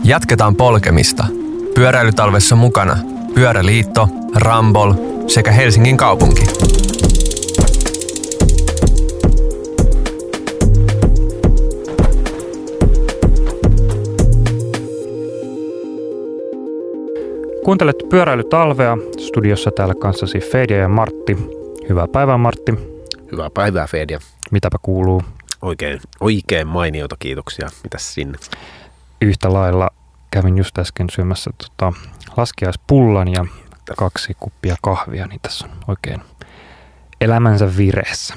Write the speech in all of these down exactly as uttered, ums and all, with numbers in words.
Jatketaan polkemista. Pyöräilytalvessa mukana Pyöräliitto, Ramboll sekä Helsingin kaupunki. Kuuntelet Pyöräilytalvea. Studiossa täällä kanssasi Fedia ja Martti. Hyvää päivää, Martti. Hyvää päivää, Fedia. Mitäpä kuuluu? Oikein, oikein mainiota, kiitoksia. Mitäs sinne? Yhtä lailla kävin just äsken syömässä tota, laskiaispullan ja kaksi kuppia kahvia, niin tässä on oikein elämänsä vireessä.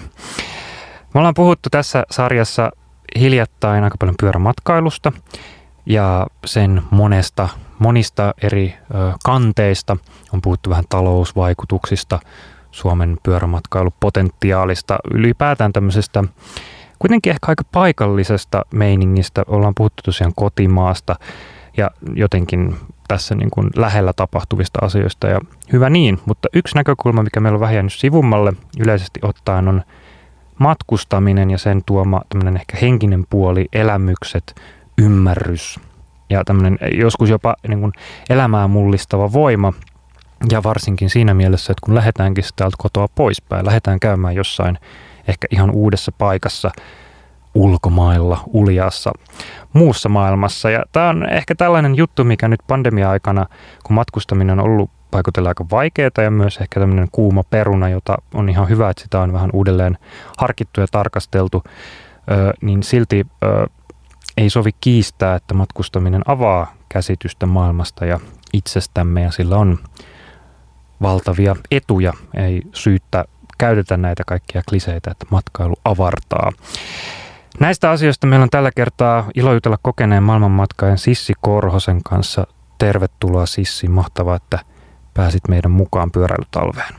Me ollaan puhuttu tässä sarjassa hiljattain aika paljon pyörämatkailusta ja sen monesta, monista eri ö, kanteista. On puhuttu vähän talousvaikutuksista, Suomen pyörämatkailupotentiaalista, ylipäätään tämmöisestä kuitenkin ehkä aika paikallisesta meiningistä. Ollaan puhuttu tosiaan kotimaasta ja jotenkin tässä niin kuin lähellä tapahtuvista asioista ja hyvä niin, mutta yksi näkökulma, mikä meillä on vähän jäänyt sivummalle yleisesti ottaen on matkustaminen ja sen tuoma tämmöinen ehkä henkinen puoli, elämykset, ymmärrys ja tämmöinen joskus jopa niin kuin elämää mullistava voima ja varsinkin siinä mielessä, että kun lähdetäänkin täältä kotoa poispäin, lähdetään käymään jossain ehkä ihan uudessa paikassa, ulkomailla, uljaassa, muussa maailmassa. Ja tämä on ehkä tällainen juttu, mikä nyt pandemia-aikana, kun matkustaminen on ollut paikoitella aika vaikeaa ja myös ehkä tämmöinen kuuma peruna, jota on ihan hyvä, että sitä on vähän uudelleen harkittu ja tarkasteltu, niin silti ei sovi kiistää, että matkustaminen avaa käsitystä maailmasta ja itsestämme ja sillä on valtavia etuja, ei syyttä käytetä näitä kaikkia kliseitä, että matkailu avartaa. Näistä asioista meillä on tällä kertaa ilo jutella kokeneen maailmanmatkaajan Sissi Korhosen kanssa. Tervetuloa, Sissi. Mahtavaa, että pääsit meidän mukaan pyöräilytalveen.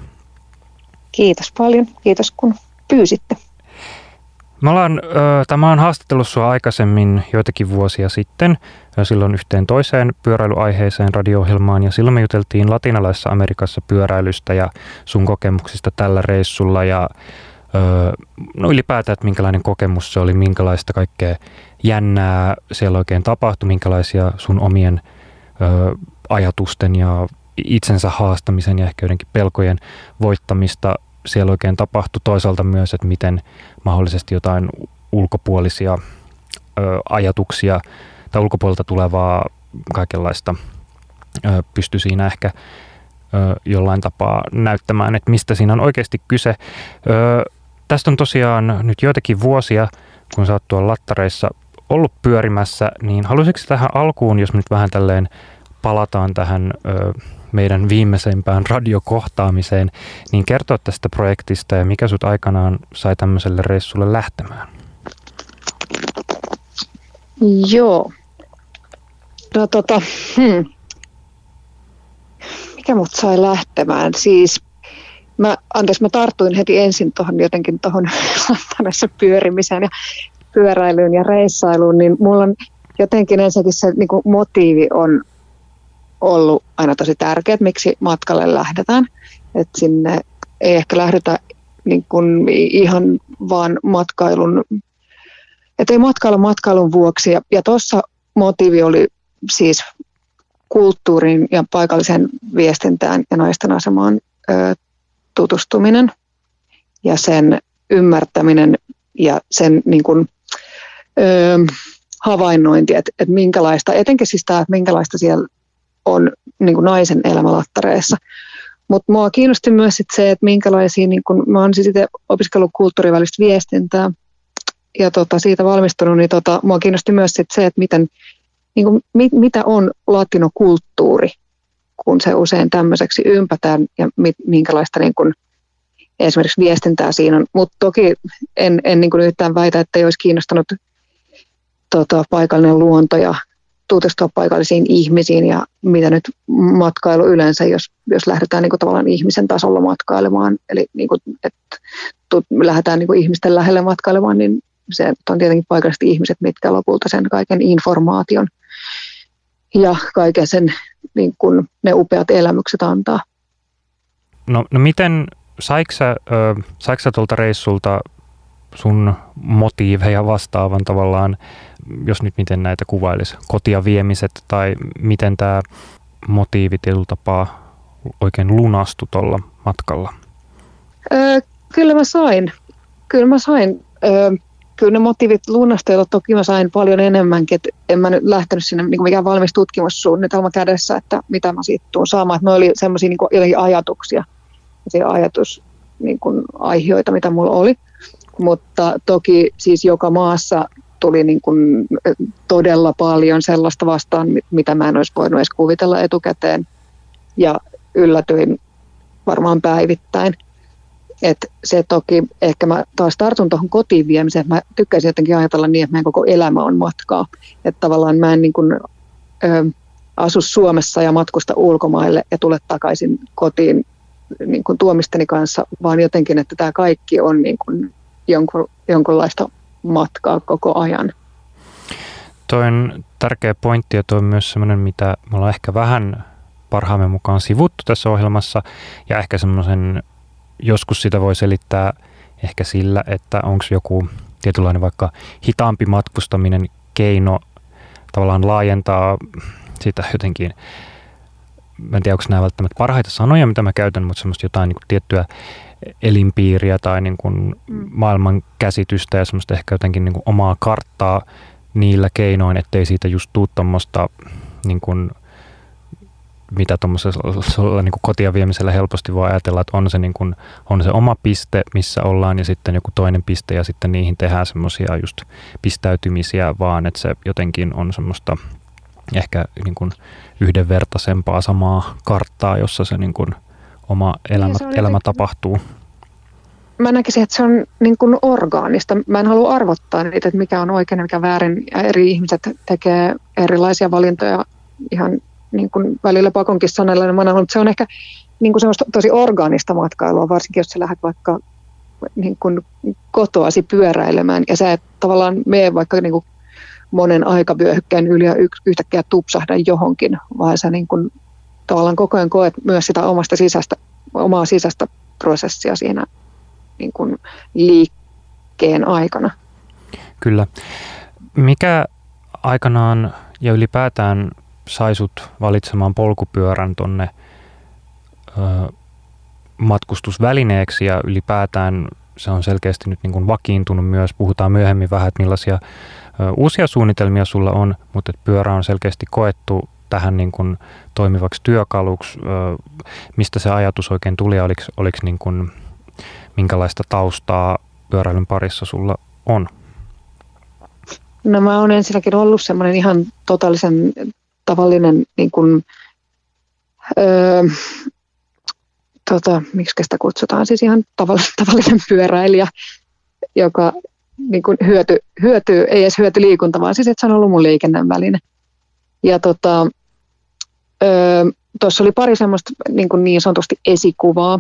Kiitos paljon. Kiitos kun pyysitte. Mä ollaan, äh, mä oon haastatellut sua aikaisemmin joitakin vuosia sitten, silloin yhteen toiseen pyöräilyaiheeseen radio-ohjelmaan, ja silloin me juteltiin latinalaisessa Amerikassa pyöräilystä ja sun kokemuksista tällä reissulla, ja äh, no ylipäätään, että minkälainen kokemus se oli, minkälaista kaikkea jännää siellä oikein tapahtui, minkälaisia sun omien äh, ajatusten ja itsensä haastamisen ja ehkä joidenkin pelkojen voittamista siellä oikein tapahtui. Toisaalta myös, että miten mahdollisesti jotain ulkopuolisia ö, ajatuksia tai ulkopuolelta tulevaa kaikenlaista ö, pystyi siinä ehkä ö, jollain tapaa näyttämään, että mistä siinä on oikeasti kyse. Ö, tästä on tosiaan nyt joitakin vuosia, kun sä oot tuolla lattareissa ollut pyörimässä, niin haluaisitko tähän alkuun, jos me nyt vähän tälleen palataan tähän ö, meidän viimeisempään radiokohtaamiseen, niin kertoa tästä projektista ja mikä sut aikanaan sai tämmöiselle reissulle lähtemään? Joo. No tota, hmm. mikä mut sai lähtemään? Siis, mä, anteeksi, mä tartuin heti ensin tuohon jotenkin tuohon Lattaressa pyörimiseen ja pyöräilyyn ja reissailuun, niin mulla on jotenkin ensinnäkin se niin kuin motiivi on ollut aina tosi tärkeää, että miksi matkalle lähdetään. Että sinne ei ehkä lähdetä niin kuin ihan vaan matkailun, että ei matkailla matkailun vuoksi. Ja, ja tuossa motiivi oli siis kulttuurin ja paikallisen viestintään ja naisten asemaan ö, tutustuminen ja sen ymmärtäminen ja sen niin kuin, ö, havainnointi, että, että minkälaista, etenkin siis tämä, että minkälaista siellä on niin kuin naisen elämä lattareissa. Mutta mua kiinnosti myös sit se, että minkälaisia, niin kun, mä oon siis itse opiskellut kulttuurivälistä viestintää ja tota, siitä valmistunut, niin tota, mua kiinnosti myös sit se, että miten, niin kun, mit, mitä on latinokulttuuri, kun se usein tämmöiseksi ympätään ja mit, minkälaista niin kun, esimerkiksi viestintää siinä on. Mutta toki en, en niin kun yhtään väitä, että ei olisi kiinnostanut tota, paikallinen luonto ja tutustua paikallisiin ihmisiin ja mitä nyt matkailu yleensä, jos, jos lähdetään niin kuin tavallaan ihmisen tasolla matkailemaan, eli niin kuin, että lähdetään niin kuin ihmisten lähelle matkailemaan, niin se on tietenkin paikalliset ihmiset, mitkä lopulta sen kaiken informaation ja kaiken sen niin kuin ne upeat elämykset antaa. No, no miten, saiko sä, saiko sä tuolta reissulta sun motiiveja vastaavan tavallaan jos nyt miten näitä kuvailisi, kotia viemiset tai miten tämä motiivi tietyllä tapaa oikein lunastui tuolla matkalla? Öö, kyllä mä sain. Kyllä mä sain. Öö, kyllä ne motiivit lunasteilla toki mä sain paljon enemmänkin. Et en mä nyt lähtenyt sinne niin mikään valmis tutkimussuunnitelma kädessä, että mitä mä siitä tuun saamaan. Et ne oli semmoisia niin jotenkin ajatuksia, ajatus niin kuin aiheita, mitä mulla oli. Mutta toki siis joka maassa tuli niin kuin todella paljon sellaista vastaan, mitä mä en olisi voinut edes kuvitella etukäteen. Ja yllätyin varmaan päivittäin. Et se toki, ehkä mä taas tartun tuohon kotiin viemiseen. Mä tykkäisin jotenkin ajatella niin, että meidän koko elämä on matkaa. Että tavallaan mä en niin kuin, ö, asu Suomessa ja matkusta ulkomaille ja tule takaisin kotiin niin kuin tuomisteni kanssa, vaan jotenkin, että tämä kaikki on niin kuin jonkun, jonkunlaista matkaa koko ajan. Toi on tärkeä pointti ja toi on myös sellainen, mitä me ollaan ehkä vähän parhaamme mukaan sivuttu tässä ohjelmassa ja ehkä semmoisen, joskus sitä voi selittää ehkä sillä, että onko joku tietynlainen vaikka hitaampi matkustaminen keino tavallaan laajentaa sitä jotenkin, mä en tiedä, onko nämä välttämättä parhaita sanoja, mitä mä käytän, mutta semmoista jotain niin kuin tiettyä elinpiiriä tai niin kuin maailman käsitystä ja semmoista ehkä jotenkin niin kuin omaa karttaa niillä keinoin, ettei siitä just tuu tommoista niin kuin, mitä tuommoisella niin kuin kotia viemisellä helposti voi ajatella, että on se, niin kuin, on se oma piste, missä ollaan ja sitten joku toinen piste ja sitten niihin tehdään semmoisia just pistäytymisiä, vaan että se jotenkin on semmoista ehkä niin kuin yhdenvertaisempaa samaa karttaa, jossa se niin kuin oma elämä, niin, elämä tapahtuu. Mä näkisin, että se on niin kuin orgaanista. Mä en halua arvottaa niitä, että mikä on oikein ja mikä väärin. Ja eri ihmiset tekee erilaisia valintoja ihan niin kuin välillä pakonkin sanella. Mä näen, mutta se on ehkä niin kuin semmoista tosi orgaanista matkailua, varsinkin jos sä lähdet vaikka niin kuin kotoasi pyöräilemään. Ja sä et tavallaan mene vaikka niin kuin monen aikavyöhykkeen yli ja yhtäkkiä tupsahda johonkin, vaan sä niin kuin tavallaan koko ajan koet myös sitä omasta sisäistä, omaa sisäistä prosessia siinä niin kuin liikkeen aikana. Kyllä. Mikä aikanaan ja ylipäätään sai sut valitsemaan polkupyörän tonne ö, matkustusvälineeksi ja ylipäätään se on selkeästi nyt niin kuin vakiintunut myös. Puhutaan myöhemmin vähän, että millaisia ö, uusia suunnitelmia sulla on, mutta pyörä on selkeästi koettu tähän niin kuin toimivaksi työkaluksi. Ö, mistä se ajatus oikein tuli ja oliko, oliko niin kuin, minkälaista taustaa pyöräilyn parissa sulla on? No mä oon ensinnäkin ollut semmoinen ihan totaalisen tavallinen niin kuin, öö, tota, miksi sitä kutsutaan, siis ihan tavallinen, tavallinen pyöräilijä, joka niin kuin hyöty, hyötyy, ei edes hyöty liikunta, vaan siis että se on ollut mun liikenneväline. Ja tota, öö, tuossa oli pari semmoista niin, kuin niin sanotusti esikuvaa,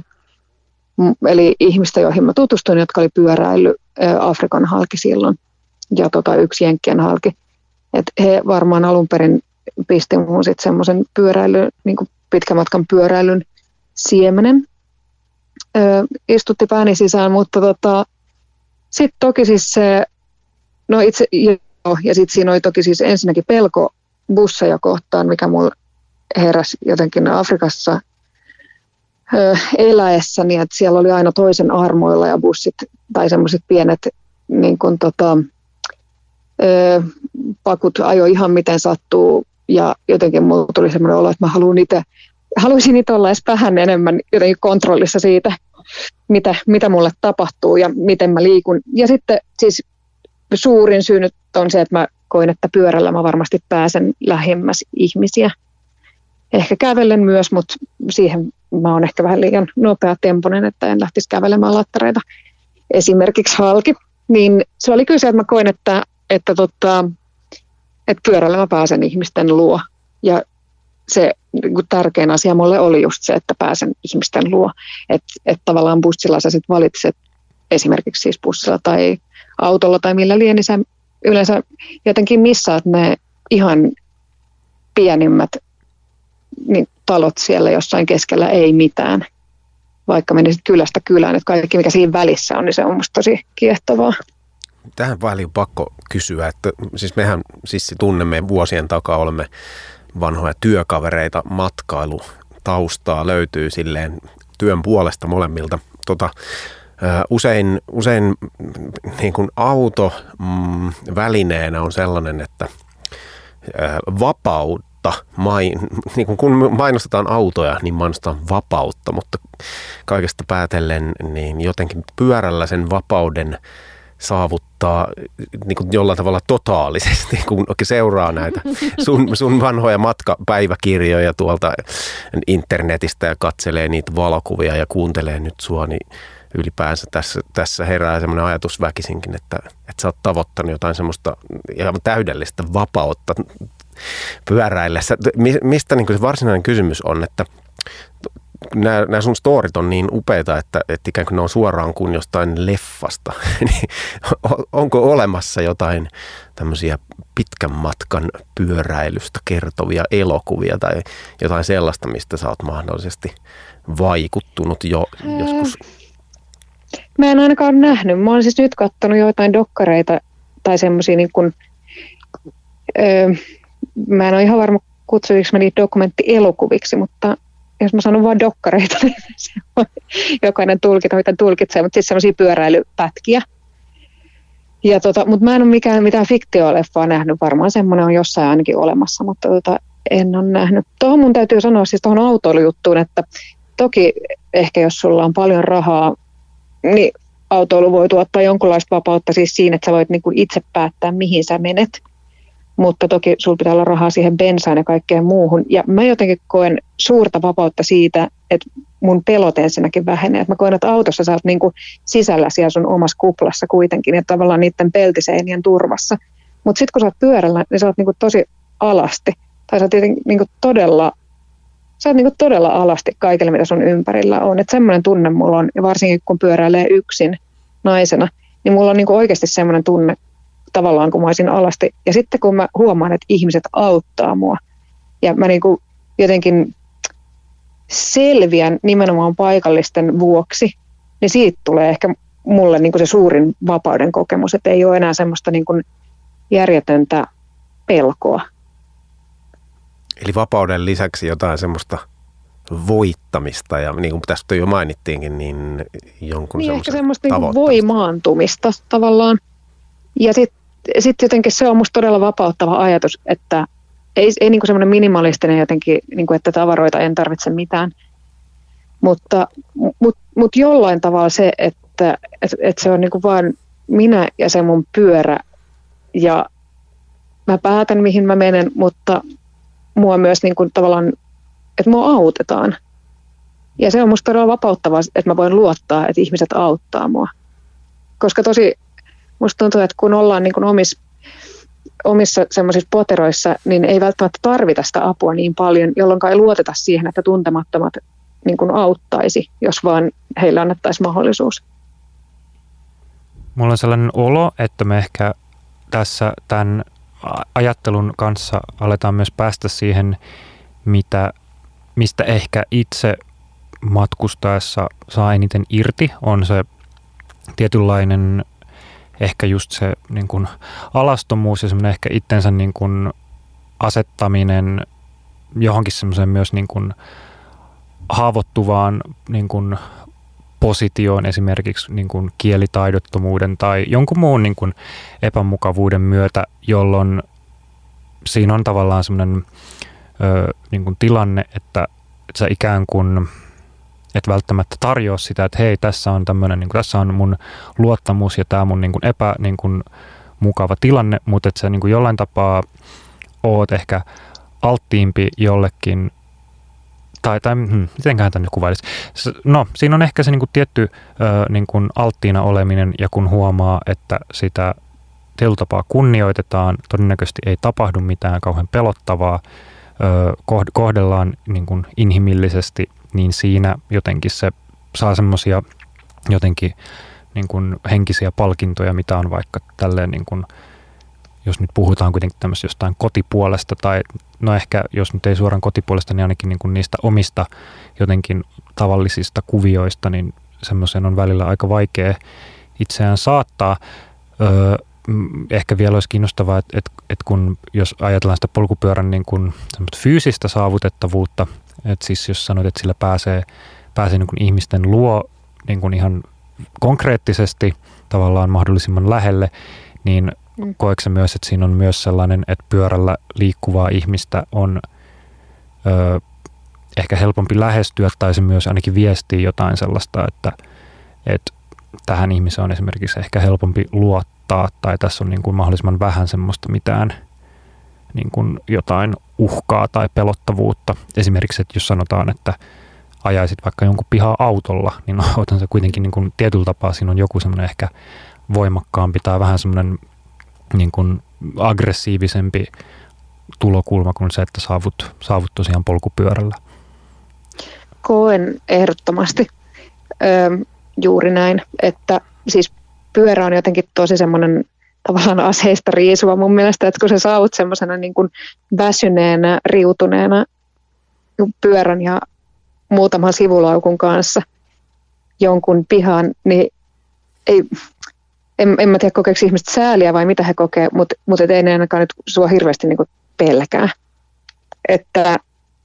eli ihmistä, joihin mä tutustuin, jotka oli pyöräillyt Afrikan halki silloin ja tota, yksi jenkkien halki. Et he varmaan alun perin pisti mun sitten semmoisen pyöräilyn, niin kuin pitkän matkan pyöräilyn siemenen. Ö, istutti pääni sisään, mutta tota, sitten toki siis se, no itse, joo, ja sitten siinä oli toki siis ensinnäkin pelko busseja kohtaan, mikä mulla heräsi jotenkin Afrikassa ö, eläessäni, että siellä oli aina toisen armoilla ja bussit tai semmoiset pienet niin kuin tota, ö, pakut ajoi ihan miten sattuu ja jotenkin mulla tuli semmoinen olo, että mä haluan itse, haluaisin itse olla edes vähän enemmän jotenkin kontrollissa siitä, mitä, mitä mulle tapahtuu ja miten mä liikun. Ja sitten siis suurin syy nyt on se, että mä koin, että pyörällä mä varmasti pääsen lähemmäs ihmisiä. Ehkä kävellen myös, mutta siihen mä oon ehkä vähän liian nopeatempoinen, että en lähtisi kävelemään lattareita esimerkiksi halki. Niin se oli kyllä se, että mä koin, että, että, tota, että pyörällä mä pääsen ihmisten luo. Ja se niin kuin tärkein asia mulle oli just se, että pääsen ihmisten luo. Että et tavallaan bussilla sä sit valitset, esimerkiksi siis bussilla tai autolla tai millä liian, niin sä yleensä jotenkin missaat ne ihan pienimmät niin, talot siellä jossain keskellä ei mitään. Vaikka menisit kylästä kylään, että kaikki mikä siinä välissä on, niin se on musta tosi kiehtovaa. tähän väliin pakko kysyä, että siis mehän Sissi tunnemme vuosien takaa, olemme vanhoja työkavereita, matkailutaustaa löytyy silleen työn puolesta molemmilta. Tota, usein usein niin kuin auto mm, välineenä on sellainen, että vapautta, main, niin kuin kun mainostetaan autoja, niin mainostetaan vapautta, mutta kaikesta päätellen niin jotenkin pyörällä sen vapauden saavuttaa niin kuin jollain tavalla totaalisesti, kun seuraa näitä sun, sun vanhoja matkapäiväkirjoja tuolta internetistä ja katselee niitä valokuvia ja kuuntelee nyt sua, niin ylipäänsä tässä, tässä herää semmoinen ajatus väkisinkin, että, että sä oot tavoittanut jotain semmoista ihan täydellistä vapautta pyöräillessä. Mistä niin kuin se varsinainen kysymys on, että Nämä, nämä sun storit on niin upeita, että, että ikään kuin ne on suoraan kuin jostain leffasta. Onko olemassa jotain tämmöisiä pitkän matkan pyöräilystä kertovia elokuvia tai jotain sellaista, mistä sä oot mahdollisesti vaikuttunut jo Ää, joskus? Mä en ainakaan nähnyt. Mä oon siis nyt katsonut joitain dokkareita tai semmoisia niin kuin, öö, mä en ole ihan varma kutsuinko mä niitä dokumenttielokuviksi, mutta jos mä sanon vaan dokkareita, niin se on jokainen tulkita, mitä tulkitsee, mutta siis semmoisia pyöräilypätkiä. Ja tota, mutta mä en ole mikään, mitään fiktioleffaa nähnyt, varmaan semmoinen on jossain ainakin olemassa, mutta tota, en ole nähnyt. Tuohon mun täytyy sanoa siis tuohon autoilujuttuun, että toki ehkä jos sulla on paljon rahaa, niin autoilu voi tuottaa jonkunlaista vapautta siis siinä, että sä voit niinku itse päättää, mihin sä menet. Mutta toki sulla pitää olla rahaa siihen bensaan ja kaikkeen muuhun. Ja mä jotenkin koen suurta vapautta siitä, että mun pelot ensinnäkin vähenee. Että mä koen, että autossa sä oot niinku sisällä siellä sun omassa kuplassa kuitenkin ja tavallaan niiden peltiseinien turvassa. Mutta sitten kun sä oot pyörällä, niin sä oot niinku tosi alasti. Tai sä oot niinku todella, sä oot niinku todella alasti kaikille, mitä sun ympärillä on. Että semmoinen tunne mulla on, ja varsinkin kun pyöräilee yksin naisena, niin mulla on niinku oikeasti semmoinen tunne, tavallaan kun mä olisin alasti. Ja sitten kun mä huomaan, että ihmiset auttaa mua ja mä niin kuin jotenkin selviän nimenomaan paikallisten vuoksi, niin siitä tulee ehkä mulle niin kuin se suurin vapauden kokemus, että ei ole enää semmoista niin kuin järjetöntä pelkoa. Eli vapauden lisäksi jotain semmoista voittamista ja niin kuin tästä jo mainittiinkin, niin jonkun niin semmoisen ehkä semmoista niin kuin voimaantumista tavallaan. Ja sitten sit jotenkin se on musta todella vapauttava ajatus, että ei, ei niin kuin semmoinen minimalistinen jotenkin, niin kuin, että tavaroita en tarvitse mitään. Mutta mut, mut jollain tavalla se, että et, et se on niin kuin vaan minä ja se mun pyörä ja mä päätän mihin mä menen, mutta mua myös niin kuin tavallaan, että mua autetaan. Ja se on musta todella vapauttavaa, että mä voin luottaa, että ihmiset auttaa mua. Koska tosi musta tuntuu, että kun ollaan niin kuin omissa, omissa semmoisissa poteroissa, niin ei välttämättä tarvita sitä apua niin paljon, jolloin ei luoteta siihen, että tuntemattomat niin kuin auttaisi, jos vaan heille annettaisiin mahdollisuus. Mulla on sellainen olo, että me ehkä tässä tämän ajattelun kanssa aletaan myös päästä siihen, mitä, mistä ehkä itse matkustaessa saa eniten irti, on se tietynlainen ehkä just se niin kuin alastomuus ja semmoinen ehkä itsensä niin kuin asettaminen johonkin semmoiseen myös niin kuin haavoittuvaan niin kuin positioon esimerkiksi niin kuin kielitaidottomuuden tai jonkun muun niin kuin epämukavuuden myötä, jolloin siinä on tavallaan semmoinen ö, niin kuin tilanne, että, että sä ikään kuin et välttämättä tarjoa sitä, että hei, tässä on tämmöinen, niin kuin, tässä on mun luottamus ja tämä mun niin kuin epä niin kuin, mukava tilanne, mutta että sä niin kuin jollain tapaa oot ehkä alttiimpi jollekin, tai, tai hmm, mitenkään tämän nyt kuvailisi. No, siinä on ehkä se niin kuin tietty ö, niin kuin alttiina oleminen, ja kun huomaa, että sitä tietyllä tapaa kunnioitetaan, todennäköisesti ei tapahdu mitään kauhean pelottavaa, ö, kohdellaan niin kuin inhimillisesti, niin siinä jotenkin se saa semmoisia jotenkin niin kuin henkisiä palkintoja, mitä on vaikka tälleen, niin kuin, jos nyt puhutaan kuitenkin tämmöistä jostain kotipuolesta, tai no ehkä jos nyt ei suoraan kotipuolesta, niin ainakin niin kuin niistä omista jotenkin tavallisista kuvioista, niin semmoisen on välillä aika vaikea itseään saattaa. Öö, ehkä vielä olisi kiinnostavaa, että, että, että kun, jos ajatellaan sitä polkupyörän niin kuin fyysistä saavutettavuutta, että siis jos sanoit, että sillä pääsee, pääsee niin kuin ihmisten luo niin kuin ihan konkreettisesti tavallaan mahdollisimman lähelle, niin mm. koetko myös, että siinä on myös sellainen, että pyörällä liikkuvaa ihmistä on ö, ehkä helpompi lähestyä, tai se myös ainakin viestii jotain sellaista, että, että tähän ihmiseen on esimerkiksi ehkä helpompi luottaa, tai tässä on niin kuin mahdollisimman vähän semmoista mitään niin kuin jotain uhkaa tai pelottavuutta. Esimerkiksi, että jos sanotaan, että ajaisit vaikka jonkun pihaa autolla, niin otan se kuitenkin niin kuin tietyllä tapaa, siinä on joku semmoinen ehkä voimakkaampi tai vähän semmoinen niin kuin aggressiivisempi tulokulma kuin se, että saavut, saavut tosiaan polkupyörällä. Koen ehdottomasti öö, juuri näin, että siis pyörä on jotenkin tosi semmoinen tavallaan aseista riisuva mun mielestä, että kun sä saavut semmoisena niin kuin väsyneenä, riutuneena pyörän ja muutaman sivulaukun kanssa jonkun pihan, niin ei, en, en mä tiedä kokeeko ihmiset sääliä vai mitä he kokee, mutta mut ei ne ainakaan nyt sua hirveästi niin kuin pelkää. Että,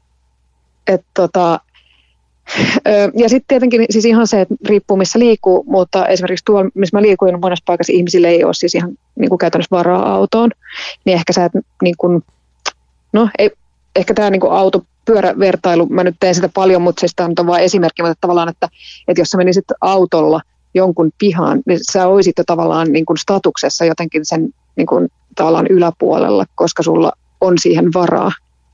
et tota, ja sitten tietenkin siis ihan se, että riippuu missä liikkuu, mutta esimerkiksi tuolla, missä mä liikuin monessa paikassa, ihmisille ei ole siis ihan niin kuin käytännössä varaa autoon, niin ehkä sä et niin kuin, no ei, ehkä tämä niin kuin auto-pyörävertailu, mä nyt teen sitä paljon, mutta se on vain esimerkki, mutta tavallaan, että, että jos sä menisit autolla jonkun pihaan, niin sä oisit jo tavallaan niin kuin statuksessa jotenkin sen niin kuin tavallaan yläpuolella, koska sulla on siihen varaa.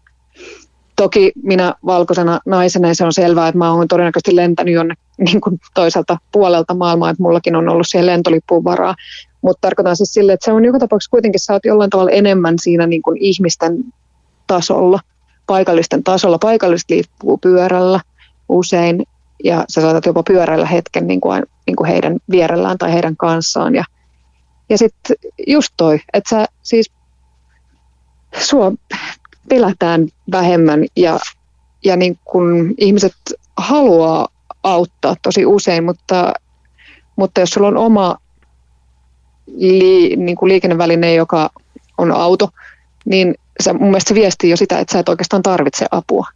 Toki minä valkoisena naisena, ja se on selvää, että mä oon todennäköisesti lentänyt jonne niin kuin toiselta puolelta maailmaa, että mullakin on ollut siihen lentolippuun varaa. Mutta tarkoitan siis sille, että se on joka tapauksessa kuitenkin, sä oot jollain tavalla enemmän siinä niin kuin ihmisten tasolla, paikallisten tasolla. Paikalliset liikkuu pyörällä usein, ja sä saatat jopa pyöräillä hetken niin kuin, niin kuin heidän vierellään tai heidän kanssaan. Ja, ja sitten just toi, että sä siis sua pelätään vähemmän ja, ja niin kun ihmiset haluaa auttaa tosi usein, mutta, mutta jos sulla on oma li, niin kuin liikenneväline, joka on auto, niin se, mun mielestä se viestii jo sitä, että sä et oikeastaan tarvitse apua.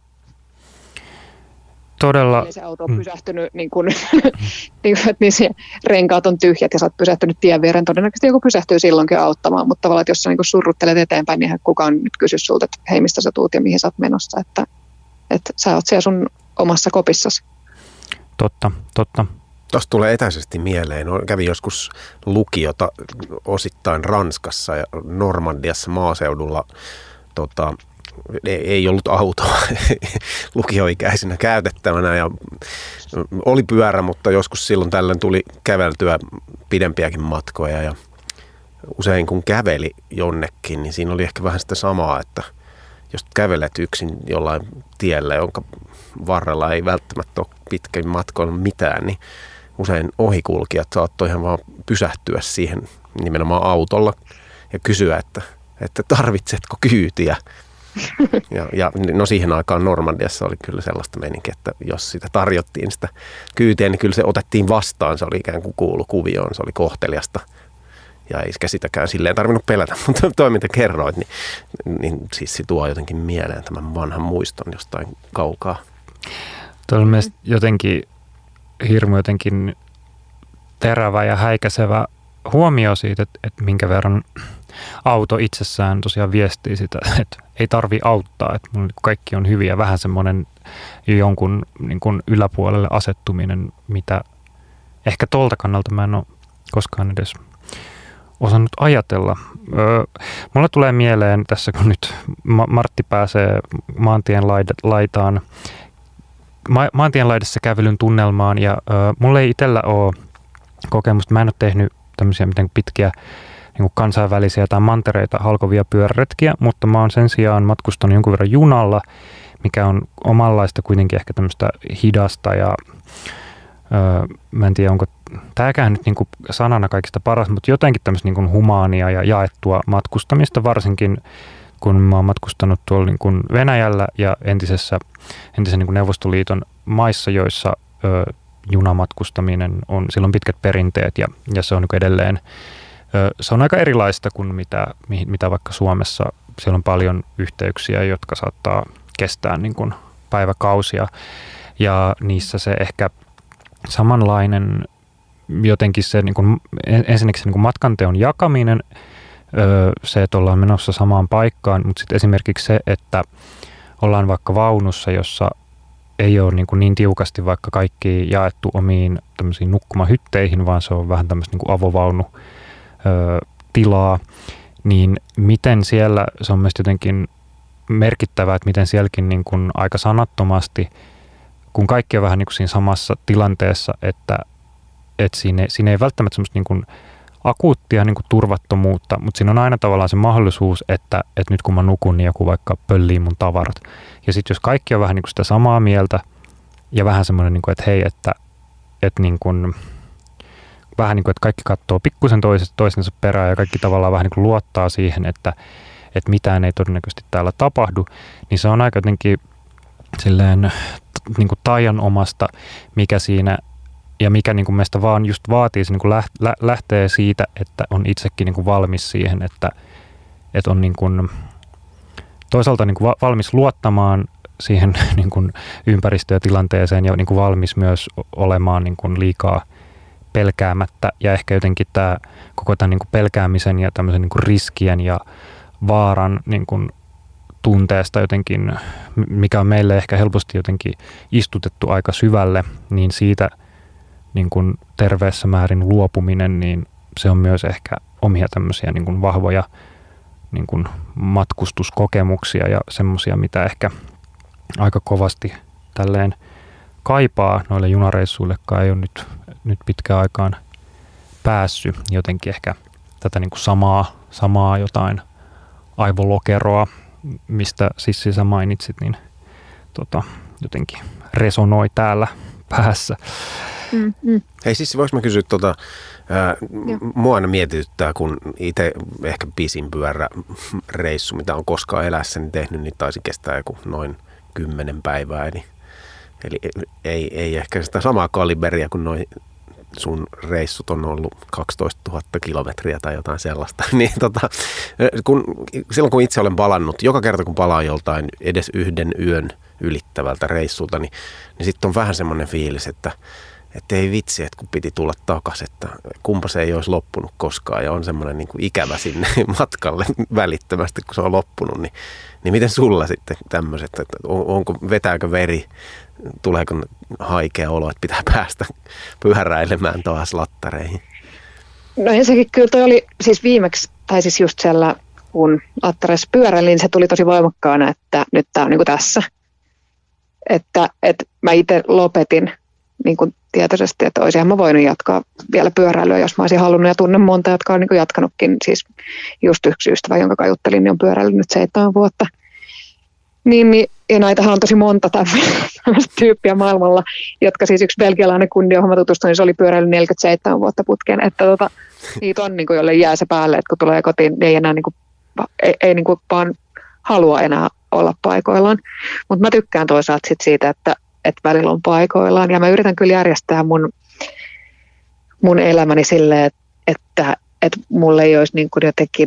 Todella. Eli se auto on pysähtynyt, niin kun, niin, että niin se renkaat on tyhjät ja sä oot pysähtynyt tien viereen. Todennäköisesti joku pysähtyy silloinkin auttamaan, mutta tavallaan, että jos sä niin surruttelet eteenpäin, niin kukaan nyt kysy sulta, että hei, mistä sä tuut ja mihin sä oot menossa. Että, että sä oot siellä sun omassa kopissasi. Totta, totta. Tuosta tulee etäisesti mieleen. Kävin joskus lukiota osittain Ranskassa ja Normandiassa maaseudulla. Tota, ei ollut autoa lukioikäisenä käytettävänä ja oli pyörä, mutta joskus silloin tällöin tuli käveltyä pidempiäkin matkoja ja usein kun käveli jonnekin, niin siinä oli ehkä vähän sitä samaa, että jos kävelet yksin jollain tiellä, jonka varrella ei välttämättä ole pitkin matkoilla mitään, niin usein ohikulkijat saattoi ihan vaan pysähtyä siihen nimenomaan autolla ja kysyä, että, että tarvitsetko kyytiä. Ja, ja no siihen aikaan Normandiassa oli kyllä sellaista meininkiä, että jos sitä tarjottiin sitä kyytiä, niin kyllä se otettiin vastaan. Se oli ikään kuin kuulu kuvioon, se oli kohteliasta ja ei sitäkään silleen tarvinnut pelätä. Mutta toi mitä kerroit, niin, niin siis se tuo jotenkin mieleen tämän vanhan muiston jostain kaukaa. Tuo on mielestäni jotenkin hirmu jotenkin terävä ja häikäisevä huomio siitä, että, että minkä verran auto itsessään tosiaan viestii sitä, että ei tarvi auttaa, että kaikki on hyviä. Vähän semmoinen jonkun niin kuin yläpuolelle asettuminen, mitä ehkä tuolta kannalta mä en ole koskaan edes osannut ajatella. Öö, mulle tulee mieleen tässä, kun nyt Martti pääsee maantien laitaan, ma- maantien laidassa kävelyn tunnelmaan, ja öö, mulle ei itsellä ole kokemusta. Mä en ole tehnyt tämmöisiä miten pitkiä niin kuin kansainvälisiä tai mantereita halkovia pyöräretkiä, mutta mä oon sen sijaan matkustanut jonkun verran junalla, mikä on omanlaista kuitenkin ehkä tämmöistä hidasta ja öö, mä en tiedä onko tämäkään nyt niin kuin sanana kaikista paras, mutta jotenkin tämmöistä niin kuin humaania ja jaettua matkustamista, varsinkin kun mä oon matkustanut tuolla niin kuin Venäjällä ja entisessä, entisen niin kuin Neuvostoliiton maissa, joissa öö, junamatkustaminen on, sillä on pitkät perinteet ja, ja se on niin kuin edelleen Se on aika erilaista kuin mitä, mitä vaikka Suomessa. Siellä on paljon yhteyksiä, jotka saattaa kestää niin kuin päiväkausia ja niissä se ehkä samanlainen jotenkin se niin kuin, ensinnäkin se niin kuin matkanteon jakaminen, se, että ollaan menossa samaan paikkaan, mutta sitten esimerkiksi se, että ollaan vaikka vaunussa, jossa ei ole niin, kuin niin tiukasti vaikka kaikki jaettu omiin tämmöisiin nukkumahytteihin, vaan se on vähän tämmöistä niin kuin avovaunutilaa, niin miten siellä, se on mielestäni jotenkin merkittävää, että miten sielläkin niin kuin aika sanattomasti, kun kaikki on vähän niin kuin siinä samassa tilanteessa, että, että siinä, siinä ei välttämättä semmoista niin kuin akuuttia niin kuin turvattomuutta, mutta siinä on aina tavallaan se mahdollisuus, että, että nyt kun mä nukun, niin joku vaikka pöllii mun tavarat. Ja sitten jos kaikki on vähän niin kuin sitä samaa mieltä ja vähän semmoinen, niin kuin, että hei, että, että niin kuin, vähän niin kuin, että kaikki katsoo pikkusen toisensa perään ja kaikki tavallaan vähän niin kuin luottaa siihen, että, että mitään ei todennäköisesti täällä tapahdu, niin se on aika jotenkin silleen niin kuin taianomasta, mikä siinä ja mikä niin kuin meistä vaan just vaatii, se niin kuin lähtee siitä, että on itsekin niin kuin valmis siihen, että, että on niin kuin toisaalta niin kuin valmis luottamaan siihen niin kuin ympäristöön ja tilanteeseen ja niin kuin valmis myös olemaan niin kuin liikaa pelkäämättä. Ja ehkä jotenkin tämä koko tämän niin kuin pelkäämisen ja tämmöisen niin kuin riskien ja vaaran niin kuin tunteesta jotenkin, mikä on meille ehkä helposti jotenkin istutettu aika syvälle, niin siitä niin kuin terveessä määrin luopuminen, niin se on myös ehkä omia tämmöisiä niin kuin vahvoja niin kuin matkustuskokemuksia ja semmoisia, mitä ehkä aika kovasti tälleen kaipaa noille junareissuillekaan ei ole nyt, nyt pitkään aikaan päässyt. Jotenkin ehkä tätä niin kuin samaa, samaa jotain aivolokeroa, mistä Sissi sä mainitsit, niin tota, jotenkin resonoi täällä päässä. Mm, mm. Hei Sissi, voinko mä kysyä, tuota, ää, mua aina mietityttää, kun itse ehkä pisin pyöräreissu, mitä on koskaan elässäni tehnyt, niin taisi kestää joku noin kymmenen päivää. Eli, eli ei, ei ehkä sitä samaa kaliberia kuin noin sun reissut on ollut kaksitoistatuhatta kilometriä tai jotain sellaista. niin, tota, kun, silloin kun itse olen palannut, joka kerta kun palaan joltain edes yhden yön ylittävältä reissulta, niin, niin sitten on vähän semmoinen fiilis, että Että ei vitsi, että kun piti tulla takaisin, että kumpa se ei olisi loppunut koskaan ja on semmoinen niin kuin ikävä sinne matkalle välittömästi, kun se on loppunut. Niin, niin miten sulla sitten tämmöiset, että on, onko, vetääkö veri, tuleeko haikea olo, että pitää päästä pyöräilemään taas lattareihin? No ensinnäkin kyllä toi oli siis viimeksi, tai siis just siellä kun lattareissa pyöräilin, niin se tuli tosi voimakkaana, että nyt tää on niin kuin tässä. Että, että mä itse lopetin niin kuin tietoisesti, että olisinhan mä voinut jatkaa vielä pyöräilyä, jos mä olisin halunnut, ja tunnen monta, jotka on niin kuin jatkanutkin, siis just yksi ystävä, jonka kai juttelin, niin on pyöräillyt nyt seitsemän vuotta. Niin, niin, ja näitähän on tosi monta tämmöistä tyyppiä maailmalla, jotka siis yksi belgialainen kundi, johon mä tutustuin, niin se oli pyöräillyt neljäkymmentäseitsemän vuotta putkeen, että tota, niitä on, niin kuin, jolle jää se päälle, että kun tulee kotiin, niin ei enää niin kuin, ei, ei niin kuin vaan halua enää olla paikoillaan. Mutta mä tykkään toisaalta sit siitä, että että välillä on paikoillaan. Ja mä yritän kyllä järjestää mun, mun elämäni silleen, että, että mulla ei olisi niin kuin jotenkin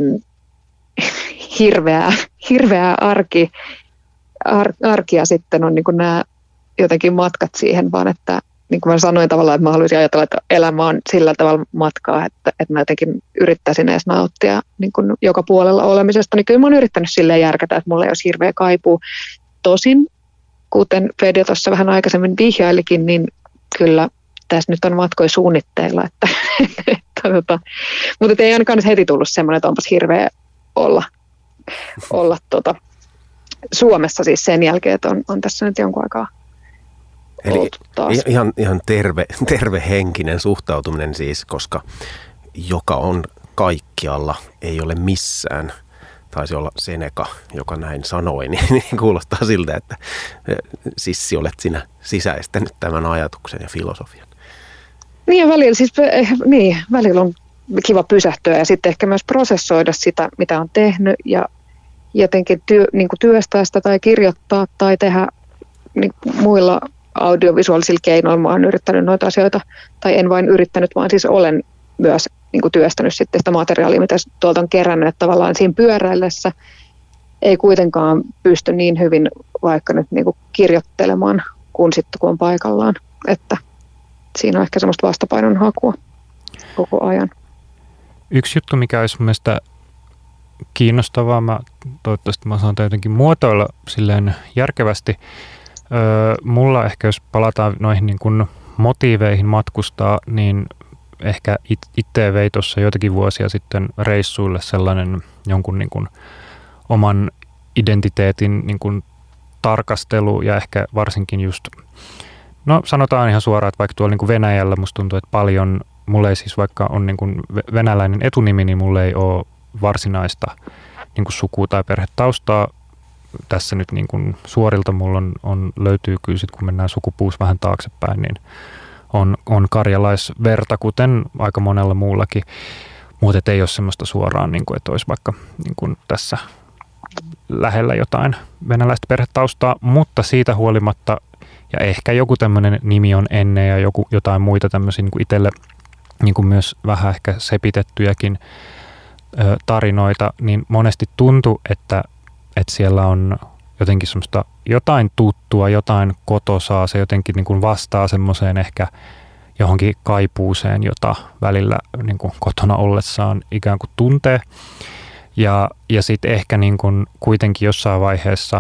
hirveää, hirveää arki, ar, arkia sitten on niin kuin nämä jotenkin matkat siihen, vaan että niin kuin mä sanoin tavallaan, että mä haluaisin ajatella, että elämä on sillä tavalla matkaa, että, että mä jotenkin yrittäisin edes nauttia niin kuin joka puolella olemisesta. Niin kyllä mä oon yrittänyt silleen järkätä, että mulla ei olisi hirveä kaipuu. Tosin kuten Fede tuossa vähän aikaisemmin vihjailikin, niin kyllä tässä nyt on matkoja suunnitteilla. Että, että, tota, mutta ei ainakaan nyt heti tullut semmoinen, että onpas hirveä olla, olla tota, Suomessa siis sen jälkeen, että on, on tässä nyt jonkun aikaa Eli ihan, ihan terve, tervehenkinen suhtautuminen siis, koska joka on kaikkialla, ei ole missään. Taisi olla Seneca, joka näin sanoi, niin, niin kuulostaa siltä, että Sissi, olet sinä sisäistänyt tämän ajatuksen ja filosofian. Niin ja välillä, siis, niin, välillä on kiva pysähtyä ja sitten ehkä myös prosessoida sitä, mitä on tehnyt ja jotenkin työ, niin kuin työstää sitä tai kirjoittaa tai tehdä niin muilla audiovisuaalisilla keinoilla. Mä oon yrittänyt noita asioita, tai en vain yrittänyt, vaan siis olen myös niin kuin työstänyt sitten sitä materiaalia, mitä tuolta on kerännyt, että tavallaan siinä pyöräillessä ei kuitenkaan pysty niin hyvin vaikka nyt niin kuin kirjoittelemaan kuin sitten kun on paikallaan, että siinä on ehkä semmoista vastapainon hakua koko ajan. Yksi juttu, mikä olisi mun mielestä kiinnostavaa, mä, toivottavasti mä saan jotenkin muotoilla silleen järkevästi. Öö, mulla ehkä, jos palataan noihin niin kuin motiiveihin matkustaa, niin ehkä it, itse vei tuossa joitakin vuosia sitten reissuille sellainen jonkun niin kuin oman identiteetin niin kuin tarkastelu ja ehkä varsinkin just, no sanotaan ihan suoraan, että vaikka tuolla niin kuin Venäjällä musta tuntuu, että paljon, mulla ei siis vaikka on niin kuin venäläinen etunimi, niin mulla ei ole varsinaista niin kuin sukua tai perhetaustaa. Tässä nyt niin kuin suorilta mulla on, on, löytyy kyllä sit, kun mennään sukupuus vähän taaksepäin, niin on, on karjalaisverta, kuten aika monella muullakin. Mutta ei ole semmoista suoraan, niin kuin, että olisi vaikka niin kuin tässä lähellä jotain venäläistä perhetaustaa, mutta siitä huolimatta, ja ehkä joku tämmöinen nimi on ennen ja joku, jotain muita tämmöisiä niin kuin itselle niin kuin myös vähän ehkä sepitettyjäkin ö, tarinoita, niin monesti tuntuu, että, että siellä on jotenkin semmoista jotain tuttua, jotain kotosaa, se jotenkin niin kuin vastaa semmoiseen ehkä johonkin kaipuuseen, jota välillä niin kuin kotona ollessaan ikään kuin tuntee. Ja, ja sitten ehkä niin kuin kuitenkin jossain vaiheessa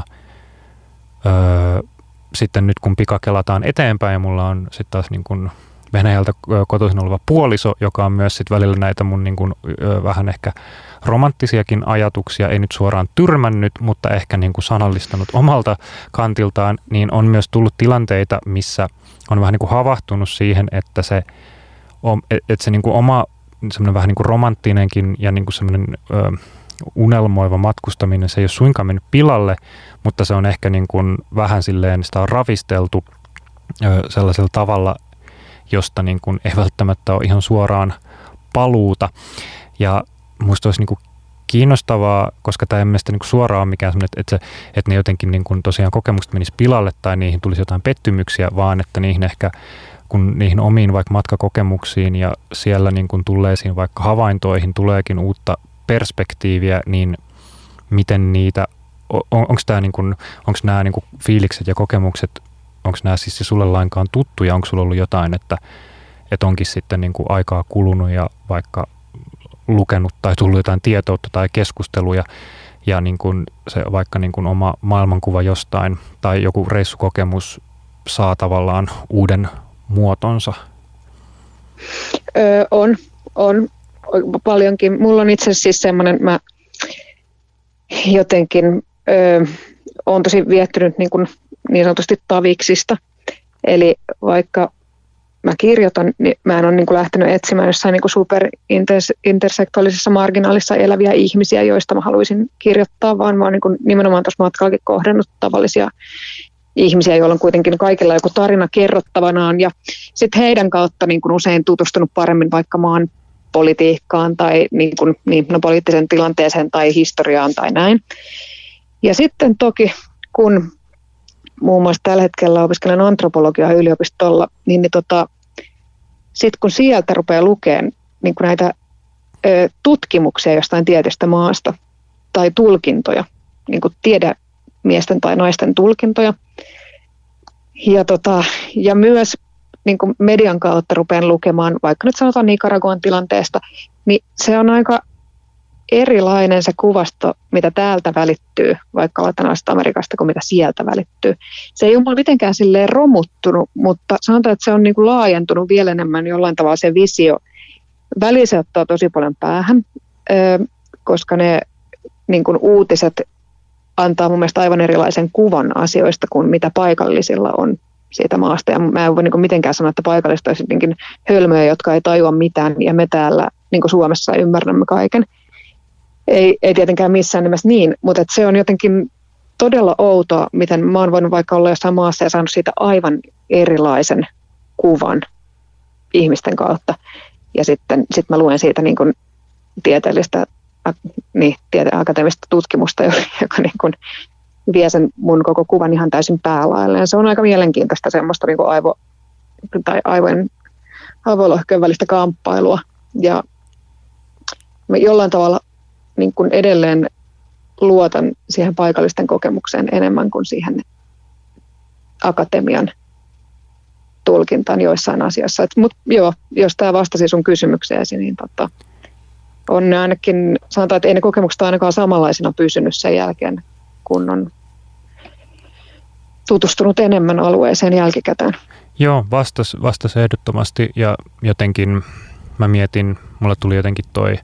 öö, sitten nyt kun pikakelataan eteenpäin ja mulla on sitten taas niin kuin Venäjältä kotoisin oleva puoliso, joka on myös sitten välillä näitä mun niin kuin, öö, vähän ehkä romanttisiakin ajatuksia, ei nyt suoraan tyrmännyt, mutta ehkä niin kuin sanallistanut omalta kantiltaan, niin on myös tullut tilanteita, missä on vähän niin kuin havahtunut siihen, että se, että se niin kuin oma semmoinen vähän niin kuin romanttinenkin ja niin kuin semmoinen öö, unelmoiva matkustaminen, se ei ole suinkaan mennyt pilalle, mutta se on ehkä niin kuin vähän silleen, sitä on ravisteltu ö, sellaisella tavalla, josta niin kuin ei välttämättä ole ihan suoraan paluuta. Ja musta olisi niin kuin kiinnostavaa, koska tämä ei mielestäni niin suoraan ole mikään semmoinen, että, se, että ne jotenkin niin kuin tosiaan kokemukset menisi pilalle tai niihin tulisi jotain pettymyksiä, vaan että niihin ehkä kun niihin omiin vaikka matkakokemuksiin ja siellä niin kuin tulleisiin vaikka havaintoihin tuleekin uutta perspektiiviä, niin miten niitä, on, onko tämä niin kuin, onko nämä niin kuin fiilikset ja kokemukset, onko nämä siis sulle lainkaan tuttuja, onko sulla ollut jotain, että, että onkin sitten niin kuin aikaa kulunut ja vaikka lukenut tai tullut jotain tietoutta tai keskusteluja ja niin kuin se vaikka niin kuin oma maailmankuva jostain tai joku reissukokemus saa tavallaan uuden muotonsa? Öö, on, on paljonkin. Mulla on itse asiassa siis semmoinen, mä jotenkin öö, olen tosi viehtynyt niin, kuin niin sanotusti taviksista. Eli vaikka mä kirjoitan, niin mä en ole niin kuin lähtenyt etsimään jossain niin kuin superintersektuaalisessa marginaalissa eläviä ihmisiä, joista mä haluaisin kirjoittaa, vaan mä oon niin kuin nimenomaan tuossa matkallakin kohdannut tavallisia ihmisiä, joilla on kuitenkin kaikilla joku tarina kerrottavanaan ja sitten heidän kautta niin kuin usein tutustunut paremmin vaikka maan politiikkaan tai niin kuin, niin, no, poliittiseen tilanteeseen tai historiaan tai näin. Ja sitten toki, kun muun muassa tällä hetkellä opiskelen antropologiaa yliopistolla, niin, niin tota, sitten kun sieltä rupeaa lukemaan niin kuin näitä ö, tutkimuksia jostain tietystä maasta tai tulkintoja, niin kuin tiedemiesten tai naisten tulkintoja, ja, tota, ja myös niin kuin median kautta rupean lukemaan, vaikka nyt sanotaan Nicaraguan tilanteesta, niin se on aika erilainen se kuvasto, mitä täältä välittyy, vaikka Latinalaisesta Amerikasta, kuin mitä sieltä välittyy. Se ei ole mitenkään silleen romuttunut, mutta sanotaan, että se on niin kuin laajentunut vielä enemmän jollain tavalla se visio. Väli se ottaa tosi paljon päähän, koska ne niin kuin uutiset antaa mun mielestä aivan erilaisen kuvan asioista kuin mitä paikallisilla on siitä maasta. Ja mä en voi niin mitenkään sanoa, että paikalliset olisivat jotenkin hölmöjä, jotka ei tajua mitään, ja me täällä niin Suomessa ymmärrämme kaiken. Ei, ei tietenkään missään nimessä niin, mutta se on jotenkin todella outoa, miten mä oon voinut vaikka olla jossain maassa ja saanut siitä aivan erilaisen kuvan ihmisten kautta. Ja sitten sit mä luen siitä niin kuin tieteellistä, niin, tiete- akateemista tutkimusta, joka niin kuin vie sen mun koko kuvan ihan täysin päälailleen. Se on aika mielenkiintoista semmoista niin kuin aivo, tai aivojen aivolohkojen välistä kamppailua. Ja mä jollain tavalla niin kuin edelleen luotan siihen paikallisten kokemukseen enemmän kuin siihen akatemian tulkintaan joissain asioissa. Mutta joo, jos tämä vastasi sun kysymykseesi, niin tota, on ne ainakin, sanotaan, että ei ne kokemukset ainakaan samanlaisina pysynyt sen jälkeen, kun on tutustunut enemmän alueeseen jälkikäteen. Joo, vastas, vastas ehdottomasti ja jotenkin mä mietin, mulle tuli jotenkin toi,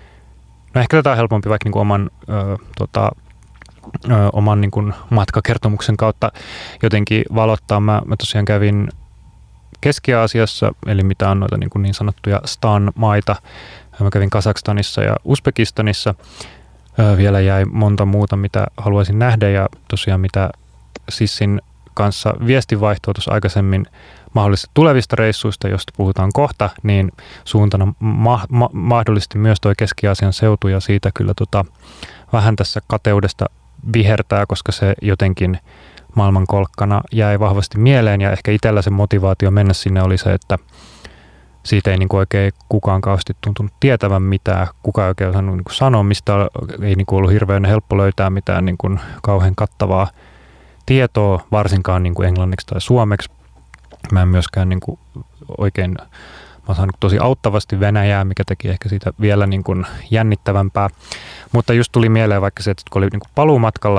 no ehkä tätä on helpompi vaikka niinku oman, ö, tota, ö, oman niinku matkakertomuksen kautta jotenkin valottaa. Mä, mä tosiaan kävin Keski-Aasiassa, eli mitä on noita niin, niin sanottuja Stan-maita. Mä kävin Kazakstanissa ja Uzbekistanissa. Ö, vielä jäi monta muuta, mitä haluaisin nähdä ja tosiaan mitä Sissin kanssa viestinvaihtoa tuossa aikaisemmin mahdollisista tulevista reissuista, josta puhutaan kohta, niin suuntana ma- ma- mahdollisesti myös tuo Keski-Aasian seutu ja siitä kyllä tota, vähän tässä kateudesta vihertää, koska se jotenkin maailmankolkkana jäi vahvasti mieleen ja ehkä itsellä se motivaatio mennä sinne oli se, että siitä ei niin kuin oikein kukaan kauheasti tuntunut tietävän mitään, kukaan ei oikein osannut niin kuin sanoa, mistä ei niin kuin ollut hirveän helppo löytää mitään niin kuin kauhean kattavaa tietoa, varsinkaan niin kuin englanniksi tai suomeksi. Mä en myöskään niin kuin oikein, mä oon saanut tosi auttavasti venäjää, mikä teki ehkä siitä vielä niin kuin jännittävämpää. Mutta just tuli mieleen vaikka se, että kun oli niin kuin paluumatkalla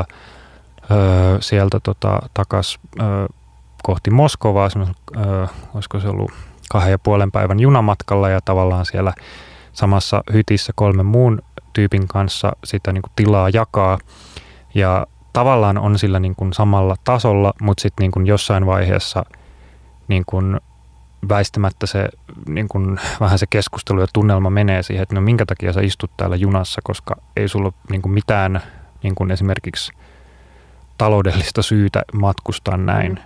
öö, sieltä tota, takas öö, kohti Moskovaa, öö, olisiko se ollut kahden ja puolen päivän junamatkalla ja tavallaan siellä samassa hytissä kolmen muun tyypin kanssa sitä niin kuin tilaa jakaa ja tavallaan on sillä niin kuin samalla tasolla, mutta sitten niin kuin jossain vaiheessa niin kuin väistämättä se niin kuin vähän se keskustelu ja tunnelma menee siihen, että no minkä takia sä istut täällä junassa, koska ei sulla ole niin kuin mitään niin kuin esimerkiksi taloudellista syytä matkustaa näin.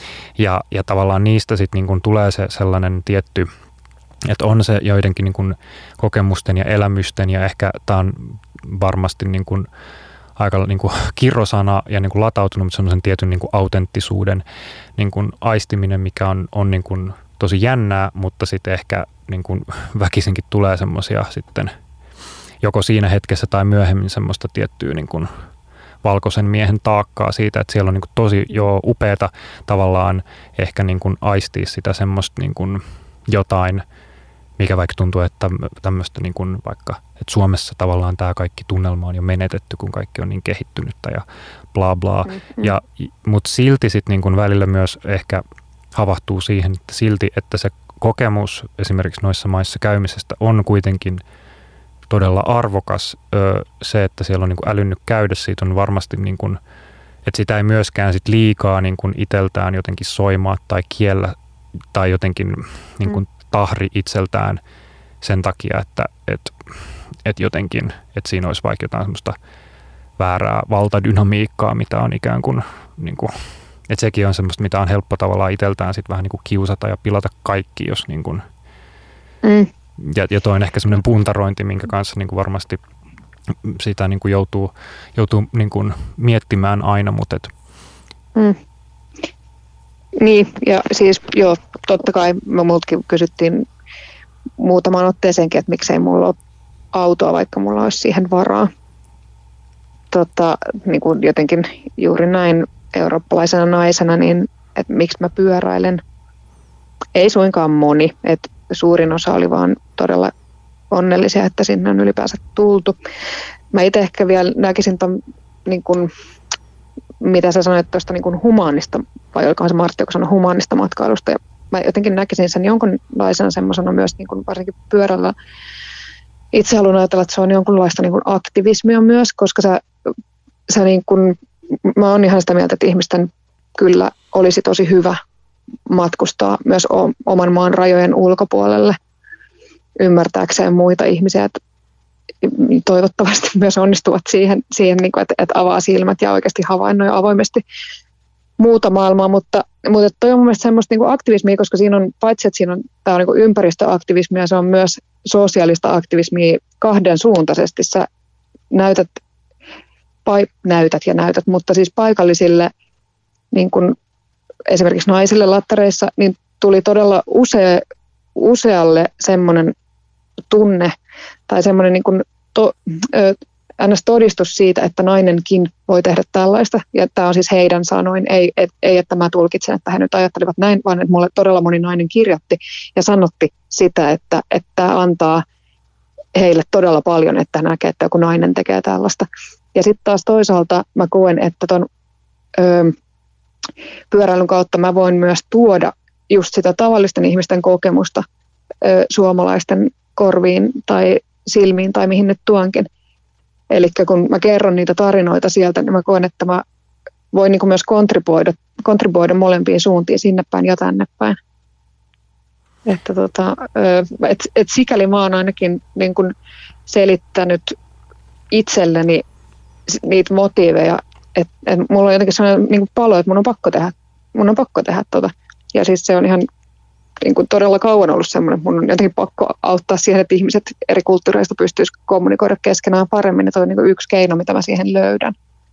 Ja, ja tavallaan niistä sitten niin kuin tulee se sellainen tietty, että on se joidenkin niin kuin kokemusten ja elämysten ja ehkä tämä on varmasti niin kuin aika niin kuin kirrosana ja niin kuin latautunut, mutta semmoisen tietyn niin kuin autenttisuuden niin kuin aistiminen, mikä on, on niin kuin tosi jännää, mutta sitten ehkä niin kuin väkisinkin tulee semmoisia sitten joko siinä hetkessä tai myöhemmin semmoista tiettyä niin kuin valkoisen miehen taakkaa siitä, että siellä on niin kuin tosi jo upeata tavallaan ehkä niin kuin aistia sitä semmoista niin kuin jotain, mikä vaikka tuntuu, että tämmöistä niin kuin vaikka, että Suomessa tavallaan tämä kaikki tunnelma on jo menetetty, kun kaikki on niin kehittynyttä ja bla bla. Mm-hmm. Ja, mutta silti sitten niin kuin välillä myös ehkä havahtuu siihen, että silti, että se kokemus esimerkiksi noissa maissa käymisestä on kuitenkin todella arvokas. Se, että siellä on niin kuin älynnyt käydä, siitä on varmasti, niin kuin, että sitä ei myöskään sit liikaa niin kuin itseltään jotenkin soimaa tai kiellä tai jotenkin niin kuin tahri itseltään sen takia, että et, et jotenkin, että siinä olisi vaikka jotain semmoista väärää valtadynamiikkaa, mitä on ikään kuin, niin kuin että sekin on semmoista, mitä on helppo tavallaan itseltään sitten vähän niin kuin kiusata ja pilata kaikki, jos niin kuin, mm. ja, ja toi on ehkä semmoinen puntarointi, minkä kanssa niin kuin varmasti sitä niin kuin joutuu, joutuu niin kuin miettimään aina, mutta et. Mm. Niin, ja siis joo, totta kai me multakin kysyttiin muutaman otteeseenkin, että miksei mulla ole autoa, vaikka mulla olisi siihen varaa. Tota, niin kuin jotenkin juuri näin eurooppalaisena naisena, niin että miksi mä pyöräilen. Ei suinkaan moni, että suurin osa oli vaan todella onnellisia, että sinne on ylipäänsä tultu. Mä itse ehkä vielä näkisin ton, niin kuin, mitä sä sanoit tuosta niin kuin humaanista, vai olikohan se Martti, joka sanoi humaanista matkailusta. Ja mä jotenkin näkisin sen jonkunlaisena semmoisena myös niin kuin varsinkin pyörällä. Itse haluan ajatella, että se on jonkunlaista niin kuin aktivismia myös, koska sä, sä niin kuin, mä oon ihan sitä mieltä, että ihmisten kyllä olisi tosi hyvä matkustaa myös o- oman maan rajojen ulkopuolelle ymmärtääkseen muita ihmisiä, että toivottavasti myös onnistuvat siihen, siihen niin kuin, että, että avaa silmät ja oikeasti havainnoi avoimesti muuta maailmaa, mutta, mutta toi on mun mielestä semmoista niin kuin aktivismia, koska siinä on, paitsi että siinä on, tämä on niin kuin ympäristöaktivismia, se on myös sosiaalista aktivismia kahden suuntaisesti. Sä näytät, pai, näytät ja näytät, mutta siis paikallisille niin kuin esimerkiksi naisille lattareissa, niin tuli todella usea, usealle semmoinen tunne tai semmoinen niin kuin to, ö, ns. Todistus siitä, että nainenkin voi tehdä tällaista. Ja tämä on siis heidän sanoin, ei, et, ei että mä tulkitsen, että he nyt ajattelivat näin, vaan että mulle todella moni nainen kirjoitti ja sanotti sitä, että tämä antaa heille todella paljon, että näkee, että joku nainen tekee tällaista. Ja sitten taas toisaalta mä koen, että ton ö, pyöräilyn kautta mä voin myös tuoda just sitä tavallisten ihmisten kokemusta ö, suomalaisten korviin tai silmiin tai mihin nyt tuonkin. Eli kun mä kerron niitä tarinoita sieltä, niin mä koen, että mä voin niin kuin myös kontribuoida, kontribuoida molempiin suuntiin, sinne päin ja tänne päin. Että tota, et, et sikäli mä oon ainakin niin kuin selittänyt itselleni niitä motiiveja, että et mulla on jotenkin sellainen niin kuin palo, että mun on pakko tehdä, mun on pakko tehdä tota. Ja siis se on ihan niin kuin todella kauan ollut semmoinen, mun on jotenkin pakko auttaa siihen, että ihmiset eri kulttuureista pystyisivät kommunikoida keskenään paremmin, ja toi on niin kuin yksi keino, mitä mä siihen löydän.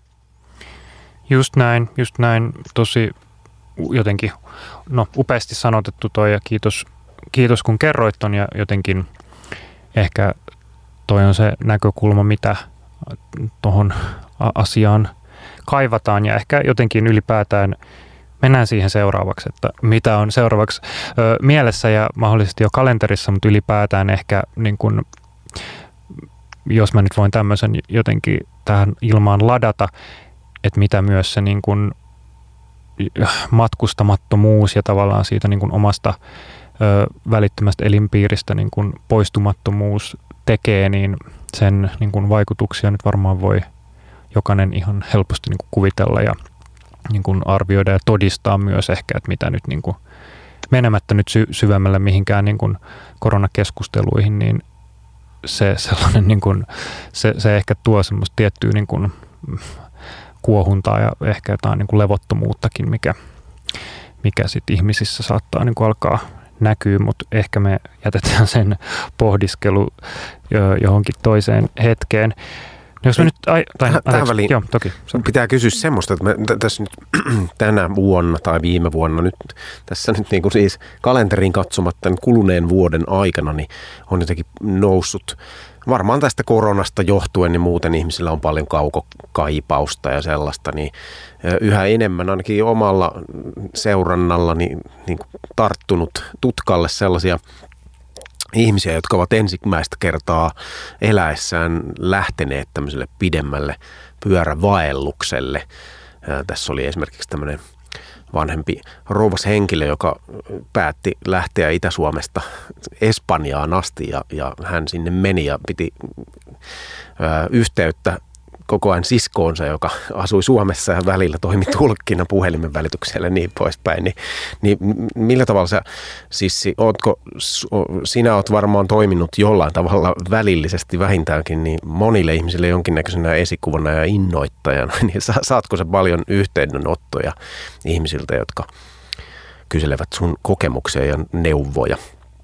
Just näin, just näin, tosi jotenkin, no upeasti sanotettu toi, ja kiitos, kiitos kun kerroit ton, ja jotenkin ehkä toi on se näkökulma, mitä tuohon asiaan kaivataan, ja ehkä jotenkin ylipäätään mennään siihen seuraavaksi, että mitä on seuraavaksi ö, mielessä ja mahdollisesti jo kalenterissa, mutta ylipäätään ehkä, niin kun, jos mä nyt voin tämmöisen jotenkin tähän ilmaan ladata, että mitä myös se niin kun, matkustamattomuus ja tavallaan siitä niin kun omasta ö, välittömästä elinpiiristä niin kun poistumattomuus tekee, niin sen niin kun vaikutuksia nyt varmaan voi jokainen ihan helposti niin kun kuvitella ja niin kuin arvioida ja todistaa myös ehkä, että mitä nyt niin kuin menemättä nyt sy- syvemmälle mihinkään niin kuin koronakeskusteluihin, niin se sellainen niin kuin, se, se ehkä tuo semmoista tiettyä niin kuin kuohuntaa ja ehkä jotain niin kuin levottomuuttakin, mikä, mikä sitten ihmisissä saattaa niin kuin alkaa näkyy, mutta ehkä me jätetään sen pohdiskelu johonkin toiseen hetkeen. Jos mä nyt, ai, tai, tähän väliin joo, toki. Pitää kysyä semmoista, että me tässä nyt tänä vuonna tai viime vuonna nyt tässä nyt niin kuin siis kalenteriin katsomatta kuluneen vuoden aikana niin on jotenkin noussut varmaan tästä koronasta johtuen, niin muuten ihmisillä on paljon kaukokaipausta ja sellaista, niin yhä enemmän ainakin omalla seurannalla niin, niin tarttunut tutkalle sellaisia ihmisiä, jotka ovat ensimmäistä kertaa eläessään lähteneet tämmöiselle pidemmälle pyörävaellukselle. Tässä oli esimerkiksi tämmöinen vanhempi rouvas henkilö, joka päätti lähteä Itä-Suomesta Espanjaan asti ja, ja hän sinne meni ja piti ää, yhteyttä koko ajan siskoonsa, joka asui Suomessa ja välillä toimi tulkkina puhelimen välityksellä ja niin poispäin. Ni, niin millä tavalla sä, Sissi, ootko, sinä oot varmaan toiminut jollain tavalla välillisesti vähintäänkin niin monille ihmisille jonkinnäköisenä esikuvana ja innoittajana, niin saatko sä paljon yhteydenottoja ihmisiltä, jotka kyselevät sun kokemuksia ja neuvoja?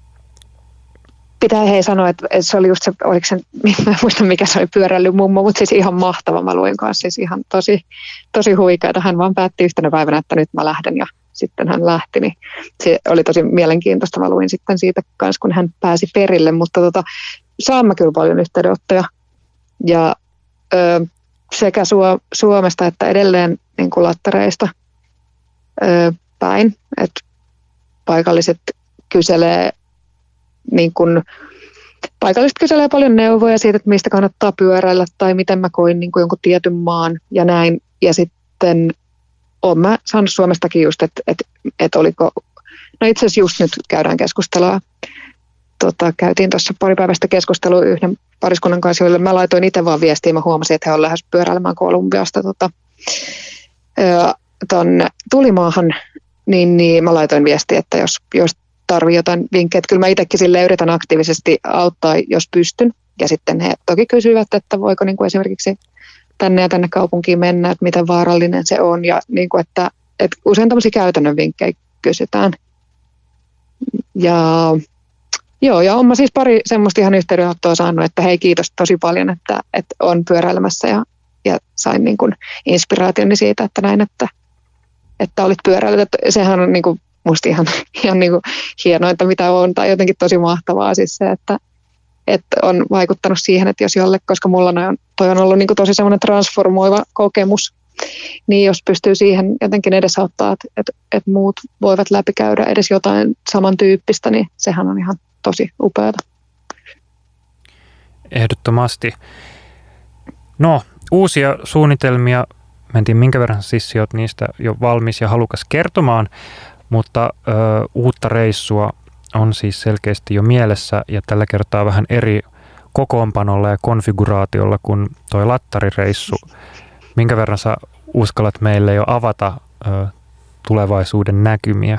Pitää hei sanoa, että se oli just se, oliko se, mä en muista mikä se oli pyöräilymummo, mutta siis ihan mahtava. Mä luin kanssa siis ihan tosi, tosi huikeata. Hän vaan päätti yhtenä päivänä, että nyt mä lähden ja sitten hän lähti. Niin se oli tosi mielenkiintoista. Mä luin sitten siitä kanssa, kun hän pääsi perille, mutta tota, saan mä kyllä paljon yhteydenottoja. Ja ö, sekä Suomesta että edelleen niin kuin lattareista ö, päin, että paikalliset kyselee niin kun, paikalliset kyselee paljon neuvoja siitä, että mistä kannattaa pyöräillä tai miten mä koin niin jonkun tietyn maan ja näin. Ja sitten olen mä saanut Suomestakin just, että, että, että oliko, no itse asiassa just nyt käydään keskustelua. Tota, käytiin tuossa pari päivästä keskustelua yhden pariskunnan kanssa, joille mä laitoin itse vaan viestiä. Mä huomasin, että he on lähes pyöräilemään Kolumbiasta tota, tuonne Tulimaahan, niin, niin mä laitoin viestiä, että jos, jos tarvii jotain vinkkejä. Kyllä mä itsekin sille yritän aktiivisesti auttaa, jos pystyn. Ja sitten he toki kysyvät, että voiko niin kuin esimerkiksi tänne ja tänne kaupunkiin mennä, että miten vaarallinen se on. Ja niin kuin, että, että usein tämmöisiä käytännön vinkkejä kysytään. Ja joo, ja olen mä siis pari semmoista ihan yhteydenottoa saanut, että hei kiitos tosi paljon, että, että on pyöräilemässä ja, ja sain niin kuin inspiraationi siitä, että näin, että, että olit pyöräilyt. Sehän on niin kuin musta ihan, ihan niin kuin hienointa, mitä on, tai jotenkin tosi mahtavaa siis se, että, että on vaikuttanut siihen, että jos jolle, koska mulla on, toi on ollut niin kuin tosi semmoinen transformoiva kokemus, niin jos pystyy siihen jotenkin edesauttaa, että, että, että muut voivat läpikäydä edes jotain samantyyppistä, niin sehän on ihan tosi upeata. Ehdottomasti. No, uusia suunnitelmia. Mä en tiedä, minkä verran Sissi oot niistä jo valmis ja halukas kertomaan, mutta ö, uutta reissua on siis selkeästi jo mielessä ja tällä kertaa vähän eri kokoonpanolla ja konfiguraatiolla kuin toi lattarireissu. Minkä verran sä uskallat meille jo avata ö, tulevaisuuden näkymiä?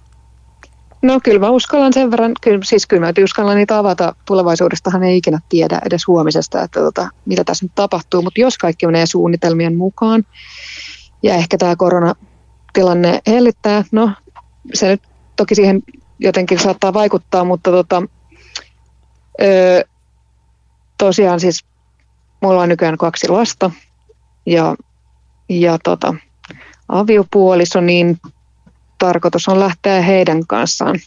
No kyllä mä uskallan sen verran, kyllä, siis kyllä mä uskallan niitä avata. Tulevaisuudestahan ei ikinä tiedä edes huomisesta, että tota, mitä tässä nyt tapahtuu, mutta jos kaikki menee suunnitelmien mukaan ja ehkä tämä koronatilanne hellittää, no se nyt toki siihen jotenkin saattaa vaikuttaa, mutta tota, öö, tosiaan siis mulla on nykyään kaksi lasta ja, ja tota, aviopuoliso, niin tarkoitus on lähteä heidän kanssaan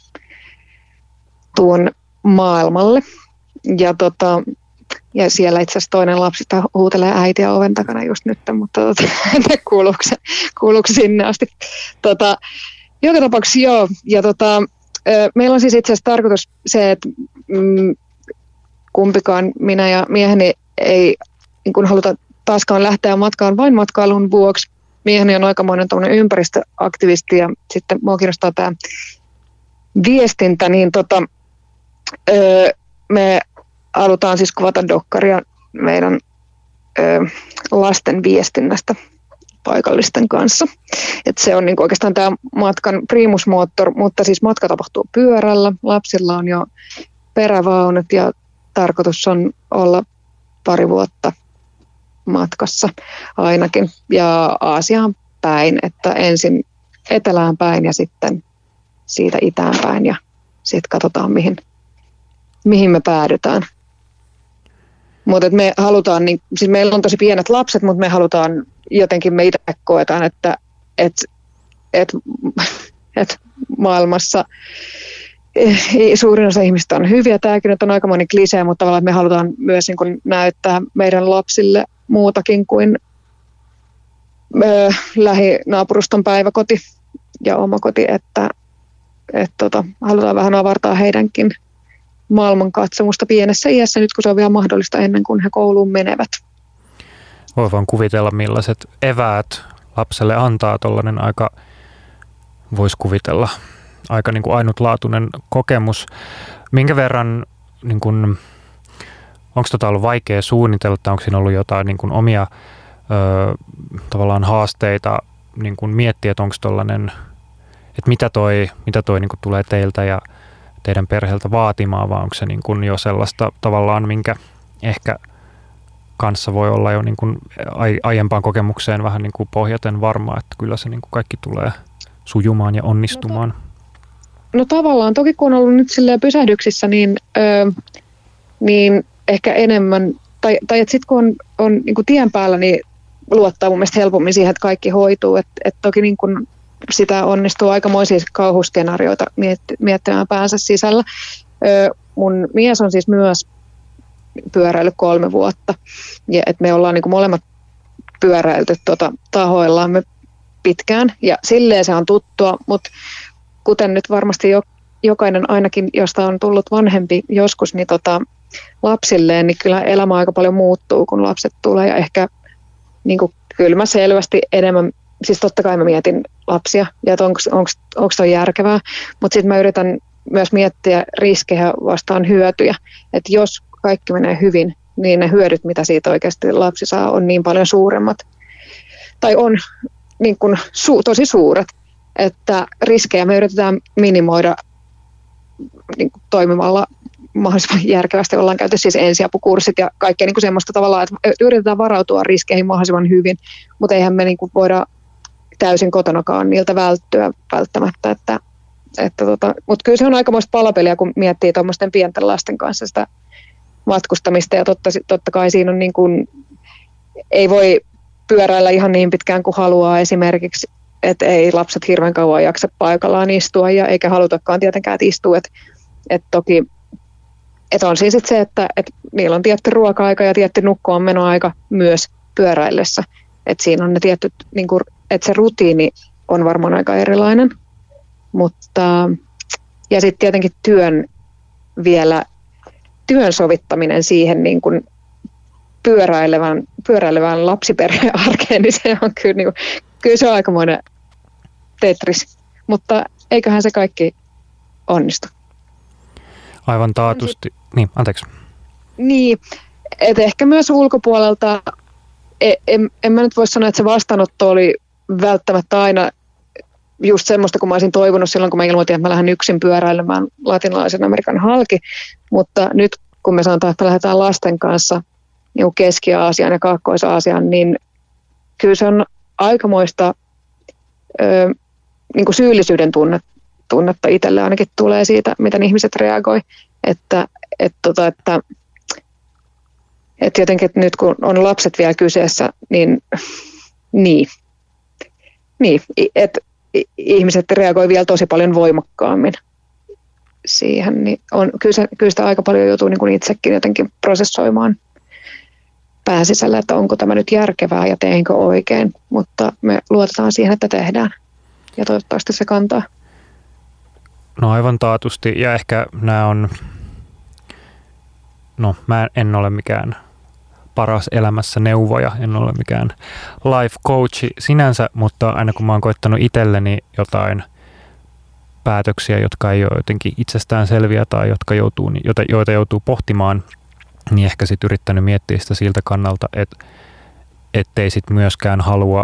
tuon maailmalle. Ja, tota, ja siellä itse asiassa toinen lapsi huutelee äitiä oven takana just nyt, mutta tota, en tiedä kuuluuko, kuuluuko sinne asti. Tota, joka tapauksessa joo. Ja tota, meillä on siis itse asiassa tarkoitus se, että mm, kumpikaan minä ja mieheni ei niin kun haluta taaskaan lähteä matkaan vain matkailun vuoksi. Mieheni on aikamoinen ympäristöaktivisti ja sitten minua kiinnostaa tämä viestintä, niin tota, öö, me halutaan siis kuvata dokkaria meidän öö, lasten viestinnästä paikallisten kanssa. Et se on niinku oikeastaan tämä matkan primusmoottor, mutta siis matka tapahtuu pyörällä, lapsilla on jo perävaunut ja tarkoitus on olla pari vuotta matkassa ainakin ja Aasiaan päin, että ensin etelään päin ja sitten siitä itään päin ja sitten katsotaan mihin, mihin me päädytään. Mutta me halutaan, niin, siis meillä on tosi pienet lapset, mutta me halutaan jotenkin, me itse koetaan, että et, et, et maailmassa suurin osa ihmistä on hyviä. Tämäkin nyt on aikamoinen klisee, mutta tavallaan me halutaan myös niin kun näyttää meidän lapsille muutakin kuin ö, lähinaapuruston päiväkoti ja omakoti, että et, tota, halutaan vähän avartaa heidänkin maailmankatsomusta pienessä iässä nyt, kun se on vielä mahdollista ennen kuin he kouluun menevät. Voi vaan kuvitella, millaiset eväät lapselle antaa tuollainen aika, voisi kuvitella, aika niin kuin ainutlaatuinen kokemus. Minkä verran, niin kuin, onko tota ollut vaikea suunnitella, tai onko siinä ollut jotain niin kuin omia ö, tavallaan haasteita niin kuin miettiä, että onko tollainen, että mitä toi, mitä toi niin kuin tulee teiltä ja teidän perheeltä vaatimaan, vai onko se niin kuin jo sellaista tavallaan, minkä ehkä kanssa voi olla jo niin kuin aiempaan kokemukseen vähän niin kuin pohjaten varma, että kyllä se niin kuin kaikki tulee sujumaan ja onnistumaan. No, no tavallaan, toki kun on ollut nyt silleen pysähdyksissä, niin, ö, niin ehkä enemmän, tai, tai että sitten kun on, on niin kuin tien päällä, niin luottaa mun mielestä helpommin siihen, että kaikki hoituu. Että et toki niin kuin sitä onnistuu aikamoisia kauhuskenaarioita miettimään päänsä sisällä. Ö, mun mies on siis myös pyöräillyt kolme vuotta. Ja et me ollaan niin kuin molemmat pyöräilty tota, tahoillamme pitkään. Ja silleen se on tuttua, mutta kuten nyt varmasti jo, jokainen ainakin, josta on tullut vanhempi joskus, niin tota, lapsilleen, niin kyllä elämä aika paljon muuttuu, kun lapset tulee. Ja ehkä niin kuin, kyllä mä selvästi enemmän, siis totta kai mä mietin lapsia ja että onko se järkevää, mutta sitten mä yritän myös miettiä riskejä vastaan hyötyjä. Että jos kaikki menee hyvin, niin ne hyödyt, mitä siitä oikeasti lapsi saa, on niin paljon suuremmat. Tai on niin kuin, su, tosi suuret, että riskejä me yritetään minimoida niin kuin, toimimalla mahdollisimman järkevästi. Ollaan käyty siis ensiapukurssit ja kaikkea niin kuin semmoista tavallaan, että yritetään varautua riskeihin mahdollisimman hyvin, mutta eihän me niin kuin, voida täysin kotonakaan niiltä välttyä välttämättä. Että, että tota, mutta kyllä se on aikamoista palapeliä, kun miettii tuommoisten pienten lasten kanssa sitä matkustamista ja totta, totta kai siinä on niin kuin, ei voi pyöräillä ihan niin pitkään kuin haluaa esimerkiksi, että ei lapset hirveän kauan jaksa paikallaan istua ja eikä halutakaan tietenkään, että istuu. Että, että toki et on siis se, että et niillä on tietty ruoka-aika ja tietty nukkumaanmenoaika myös pyöräillessä. Että siinä on ne tietyt, niin kuin, että se rutiini on varmaan aika erilainen. Mutta, ja sitten tietenkin työn vielä, työn sovittaminen siihen niin kuin pyöräilevän, pyöräilevän lapsiperheen arkeen, niin se on kyllä, niin kuin, kyllä se on aikamoinen Tetris. Mutta eiköhän se kaikki onnistu. Aivan taatusti. Niin, anteeksi. Niin, että ehkä myös ulkopuolelta, en, en mä nyt voi sanoa, että se vastaanotto oli välttämättä aina just semmoista, kun mä olisin toivonut silloin, kun mä ilmoitin, että mä lähden yksin pyöräilemään latinalaisen Amerikan halki, mutta nyt kun me sanotaan, että lähdetään lasten kanssa niin Keski-Aasiaan ja Kaakkois-Aasiaan, niin kyllä se on aikamoista ö, niin kuin syyllisyyden tunne, tunnetta itselle ainakin tulee siitä, miten ihmiset reagoi, että, et, tota, että, että jotenkin että nyt kun on lapset vielä kyseessä, niin niin, niin että ihmiset reagoi vielä tosi paljon voimakkaammin siihen, niin on, kyllä, se, kyllä sitä aika paljon joutuu niin kuin itsekin jotenkin prosessoimaan pään sisällä, että onko tämä nyt järkevää ja teenkö oikein, mutta me luotetaan siihen, että tehdään ja toivottavasti se kantaa. No aivan taatusti ja ehkä nämä on, no mä en ole mikään paras elämässä neuvoja, en ole mikään life coachi sinänsä, mutta aina kun mä oon koittanut itselleni jotain päätöksiä, jotka ei ole jotenkin itsestään selviä tai jotka joutuu, joita, joita joutuu pohtimaan, niin ehkä sit yrittänyt miettiä sitä siltä kannalta, että ettei sit myöskään halua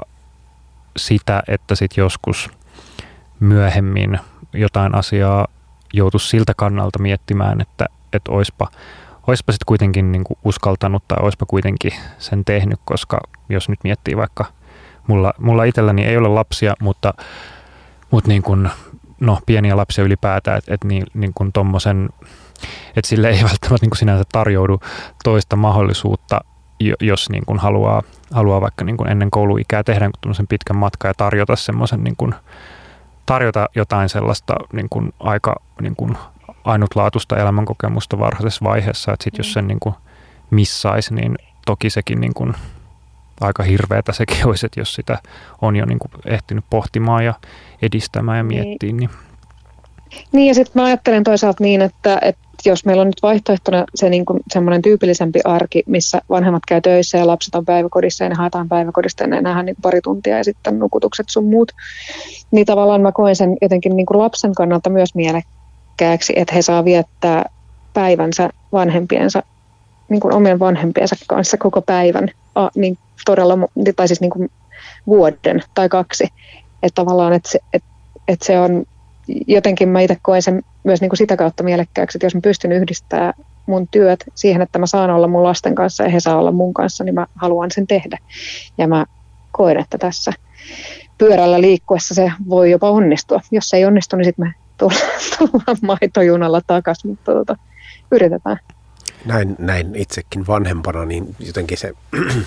sitä, että sit joskus myöhemmin jotain asiaa joutuisi siltä kannalta miettimään, että, että oispa, oispa sitten kuitenkin niin kuin uskaltanut tai oispa kuitenkin sen tehnyt, koska jos nyt miettii vaikka, mulla, mulla itselläni ei ole lapsia, mutta, mutta niin kuin, no, pieniä lapsia ylipäätään, että, että niin, niin kuin tommosen, että sille ei välttämättä niin kuin sinänsä tarjoudu toista mahdollisuutta, jos niin kuin haluaa, haluaa vaikka niin kuin ennen kouluikää tehdä tommosen pitkän matkan ja tarjota semmoisen niin kuin tarjota jotain sellaista niin kuin aika niin kuin ainutlaatuista elämänkokemusta varhaisessa vaiheessa, että sit jos sen niin kuin missaisi, niin toki sekin niin kuin aika hirveätä sekin olisi, että jos sitä on jo niin kuin ehtinyt pohtimaan ja edistämään ja miettimään. Niin, niin ja sitten mä ajattelen toisaalta niin, että, että jos meillä on nyt vaihtoehtona se niin kuin semmoinen tyypillisempi arki, missä vanhemmat käy töissä ja lapset on päiväkodissa ja ne haetaan päiväkodista ja ne nähdään niin pari tuntia ja sitten nukutukset sun muut, niin tavallaan mä koen sen jotenkin niin kuin lapsen kannalta myös mielekkääksi, että he saa viettää päivänsä vanhempiensa, niin kuin omien vanhempiensa kanssa koko päivän, a, niin todella, tai siis niin kuin vuoden tai kaksi, että tavallaan, että se, että, että se on jotenkin mä itse koen sen myös niin kuin sitä kautta mielekkääksi, että jos mä pystyn yhdistämään mun työt siihen, että mä saan olla mun lasten kanssa ja he saa olla mun kanssa, niin mä haluan sen tehdä. Ja mä koen, että tässä pyörällä liikkuessa se voi jopa onnistua. Jos se ei onnistu, niin sitten me tullaan maitojunalla takaisin, mutta tuota, yritetään. Näin, näin itsekin vanhempana, niin jotenkin se,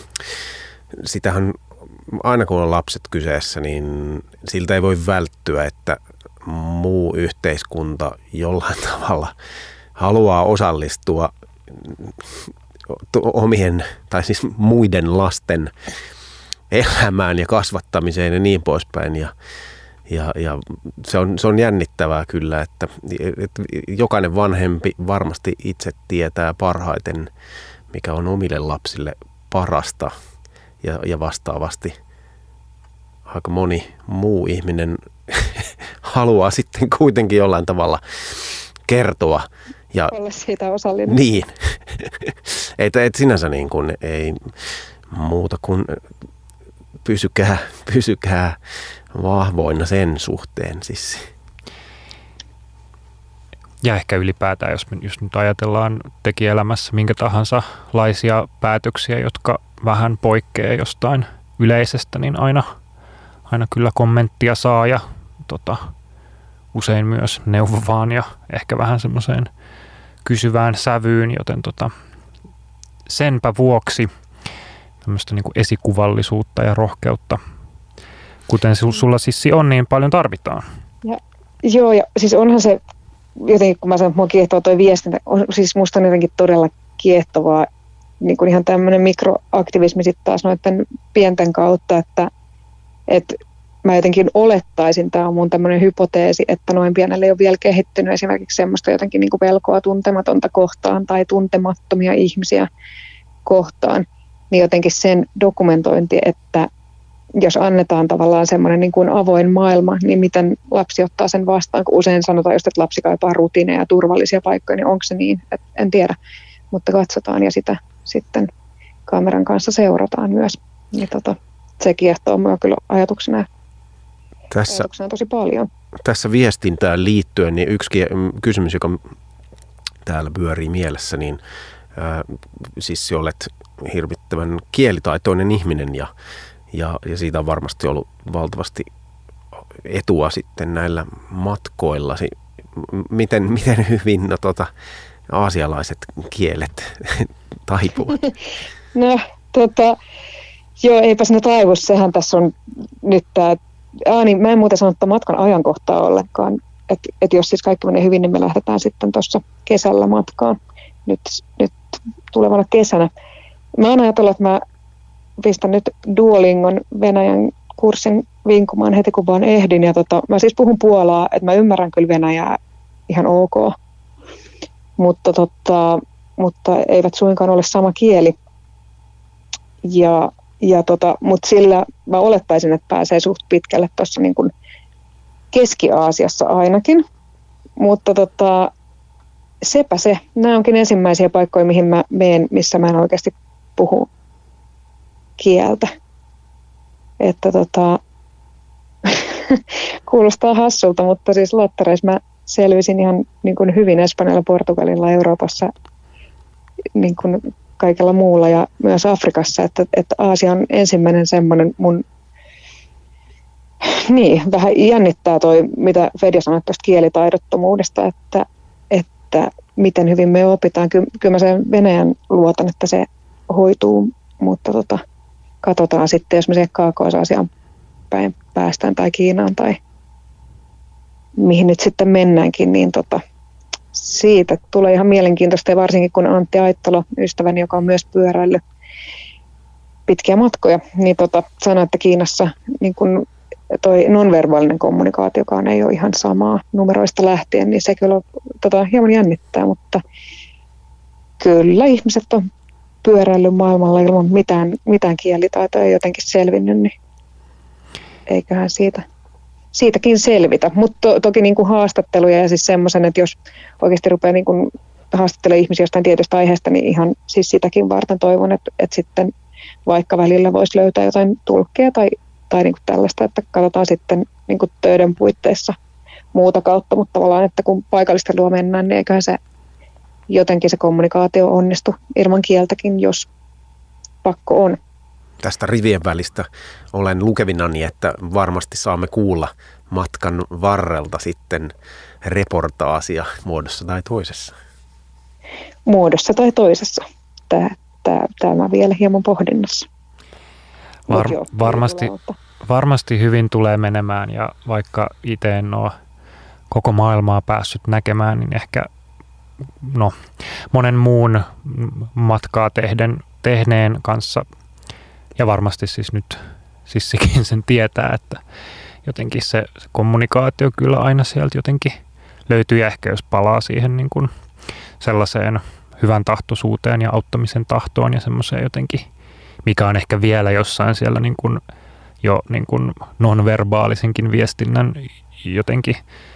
sitähän aina kun on lapset kyseessä, niin siltä ei voi välttyä, että muu yhteiskunta jollain tavalla haluaa osallistua omien tai siis muiden lasten elämään ja kasvattamiseen ja niin poispäin. Ja, ja, ja se, on, se on jännittävää kyllä, että, että jokainen vanhempi varmasti itse tietää parhaiten, mikä on omille lapsille parasta ja, ja vastaavasti aika moni muu ihminen haluaa sitten kuitenkin jollain tavalla kertoa. Ja olla siitä osallinen. Niin. et, et sinänsä niin kuin ei muuta kuin pysykää, pysykää vahvoina sen suhteen. Siis. Ja ehkä ylipäätään, jos, me, jos nyt ajatellaan tekijäelämässä minkä tahansa laisia päätöksiä, jotka vähän poikkeaa jostain yleisestä, niin aina, aina kyllä kommenttia saa ja tota, usein myös neuvovaan ja ehkä vähän semmoiseen kysyvään sävyyn, joten tota, senpä vuoksi tämmöistä niin kuin esikuvallisuutta ja rohkeutta, kuten sulla Sissi on, niin paljon tarvitaan. Ja, joo, ja siis onhan se jotenkin kun mä sanon, että mua kiehtoo toi viestintä, siis musta on jotenkin todella kiehtovaa, niin kuin ihan tämmöinen mikroaktivismi sitten taas noiden pienten kautta, että, että mä jotenkin olettaisin, tämä on mun tämmöinen hypoteesi, että noin pienelle ei ole vielä kehittynyt esimerkiksi semmoista jotenkin niin kuin pelkoa tuntematonta kohtaan tai tuntemattomia ihmisiä kohtaan, niin jotenkin sen dokumentointi, että jos annetaan tavallaan semmoinen niin kuin avoin maailma, niin miten lapsi ottaa sen vastaan, kun usein sanotaan just, että lapsi kaipaa rutiineja ja turvallisia paikkoja, niin onko se niin, että en tiedä, mutta katsotaan ja sitä sitten kameran kanssa seurataan myös. Niin tota, se kiehtoo minua kyllä ajatuksena, tässä, ajatuksena tosi paljon. Tässä viestintään liittyen, niin yksi kysymys, joka täällä pyörii mielessä, niin ää, siis olet hirvittävän kielitaitoinen ihminen ja Ja, ja siitä on varmasti ollut valtavasti etua sitten näillä matkoillasi. Miten, miten hyvin no, tota, aasialaiset kielet taipuvat? No, tota, joo, eipä sinne taivu. Sehän tässä on nyt tämä, aa, niin mä en muuten sanonut matkan ajankohtaa ollenkaan. Että et jos siis kaikki menee hyvin, niin me lähdetään sitten tuossa kesällä matkaan. Nyt, nyt tulevana kesänä. Mä oon ajatellut, että mä pistän nyt Duolingon Venäjän kurssin vinkumaan heti, kun vaan ehdin. Ja tota, mä siis puhun puolaa, että mä ymmärrän kyllä Venäjää ihan ok, mutta, tota, mutta eivät suinkaan ole sama kieli. Ja, ja tota, mutta sillä mä olettaisin, että pääsee suht pitkälle tuossa niin kuin Keski-Aasiassa ainakin. Mutta tota, sepä se. Nämä onkin ensimmäisiä paikkoja, mihin mä menen, missä mä en oikeasti puhu kieltä. Että tota, kuulostaa hassulta, mutta siis Lottareissa mä selvisin ihan niin kuin hyvin Espanjalla, Portugalilla, Euroopassa, niin kuin kaikella muulla ja myös Afrikassa, että, että Aasia on ensimmäinen semmoinen mun, niin, vähän jännittää toi, mitä Fedja sanoi tuosta kielitaidottomuudesta, että, että miten hyvin me opitaan. Ky, kyllä mä sen Venäjän luotan, että se hoituu, mutta tota, katsotaan sitten, jos me se Kaakkois-Aasiaan päin päästään tai Kiinaan tai mihin nyt sitten mennäänkin, niin tota, siitä tulee ihan mielenkiintoista ja varsinkin kun Antti Aittala, ystäväni, joka on myös pyöräillyt pitkiä matkoja, niin tota, sanoi, että Kiinassa niin kun toi nonverbaalinen kommunikaatiokaan ei ole ihan samaa numeroista lähtien, niin se kyllä tota, hieman jännittää, mutta kyllä ihmiset on pyöräillyt maailmalla ilman mitään, mitään kielitaitoa ei jotenkin selvinnyt, niin eiköhän siitä, siitäkin selvitä. Mutta to, toki niin kuin haastatteluja ja siis semmoisen, että jos oikeasti rupeaa niin kuin haastattelemaan ihmisiä jostain tietystä aiheesta, niin ihan siis sitäkin varten toivon, että, että sitten vaikka välillä voisi löytää jotain tulkkeja tai, tai niin kuin tällaista, että katsotaan sitten niin kuin töiden puitteissa muuta kautta, mutta tavallaan, että kun paikallisten luo mennään, niin eiköhän se jotenkin se kommunikaatio onnistu ilman kieltäkin, jos pakko on. Tästä rivien välistä olen lukevinani, että varmasti saamme kuulla matkan varrelta sitten reportaasia muodossa tai toisessa. Muodossa tai toisessa. Tämä, tämä, tämä vielä hieman pohdinnassa. Var, joo, varmasti, varmasti hyvin tulee menemään ja vaikka itse en ole koko maailmaa päässyt näkemään, niin ehkä no, monen muun matkaa tehden, tehneen kanssa ja varmasti siis nyt Sissikin sen tietää, että jotenkin se, se kommunikaatio kyllä aina sieltä jotenkin löytyy ja ehkä jos palaa siihen niin kuin sellaiseen hyvän tahtoisuuteen ja auttamisen tahtoon ja semmoiseen jotenkin, mikä on ehkä vielä jossain siellä niin kuin jo niin kuin nonverbaalisenkin viestinnän jotenkin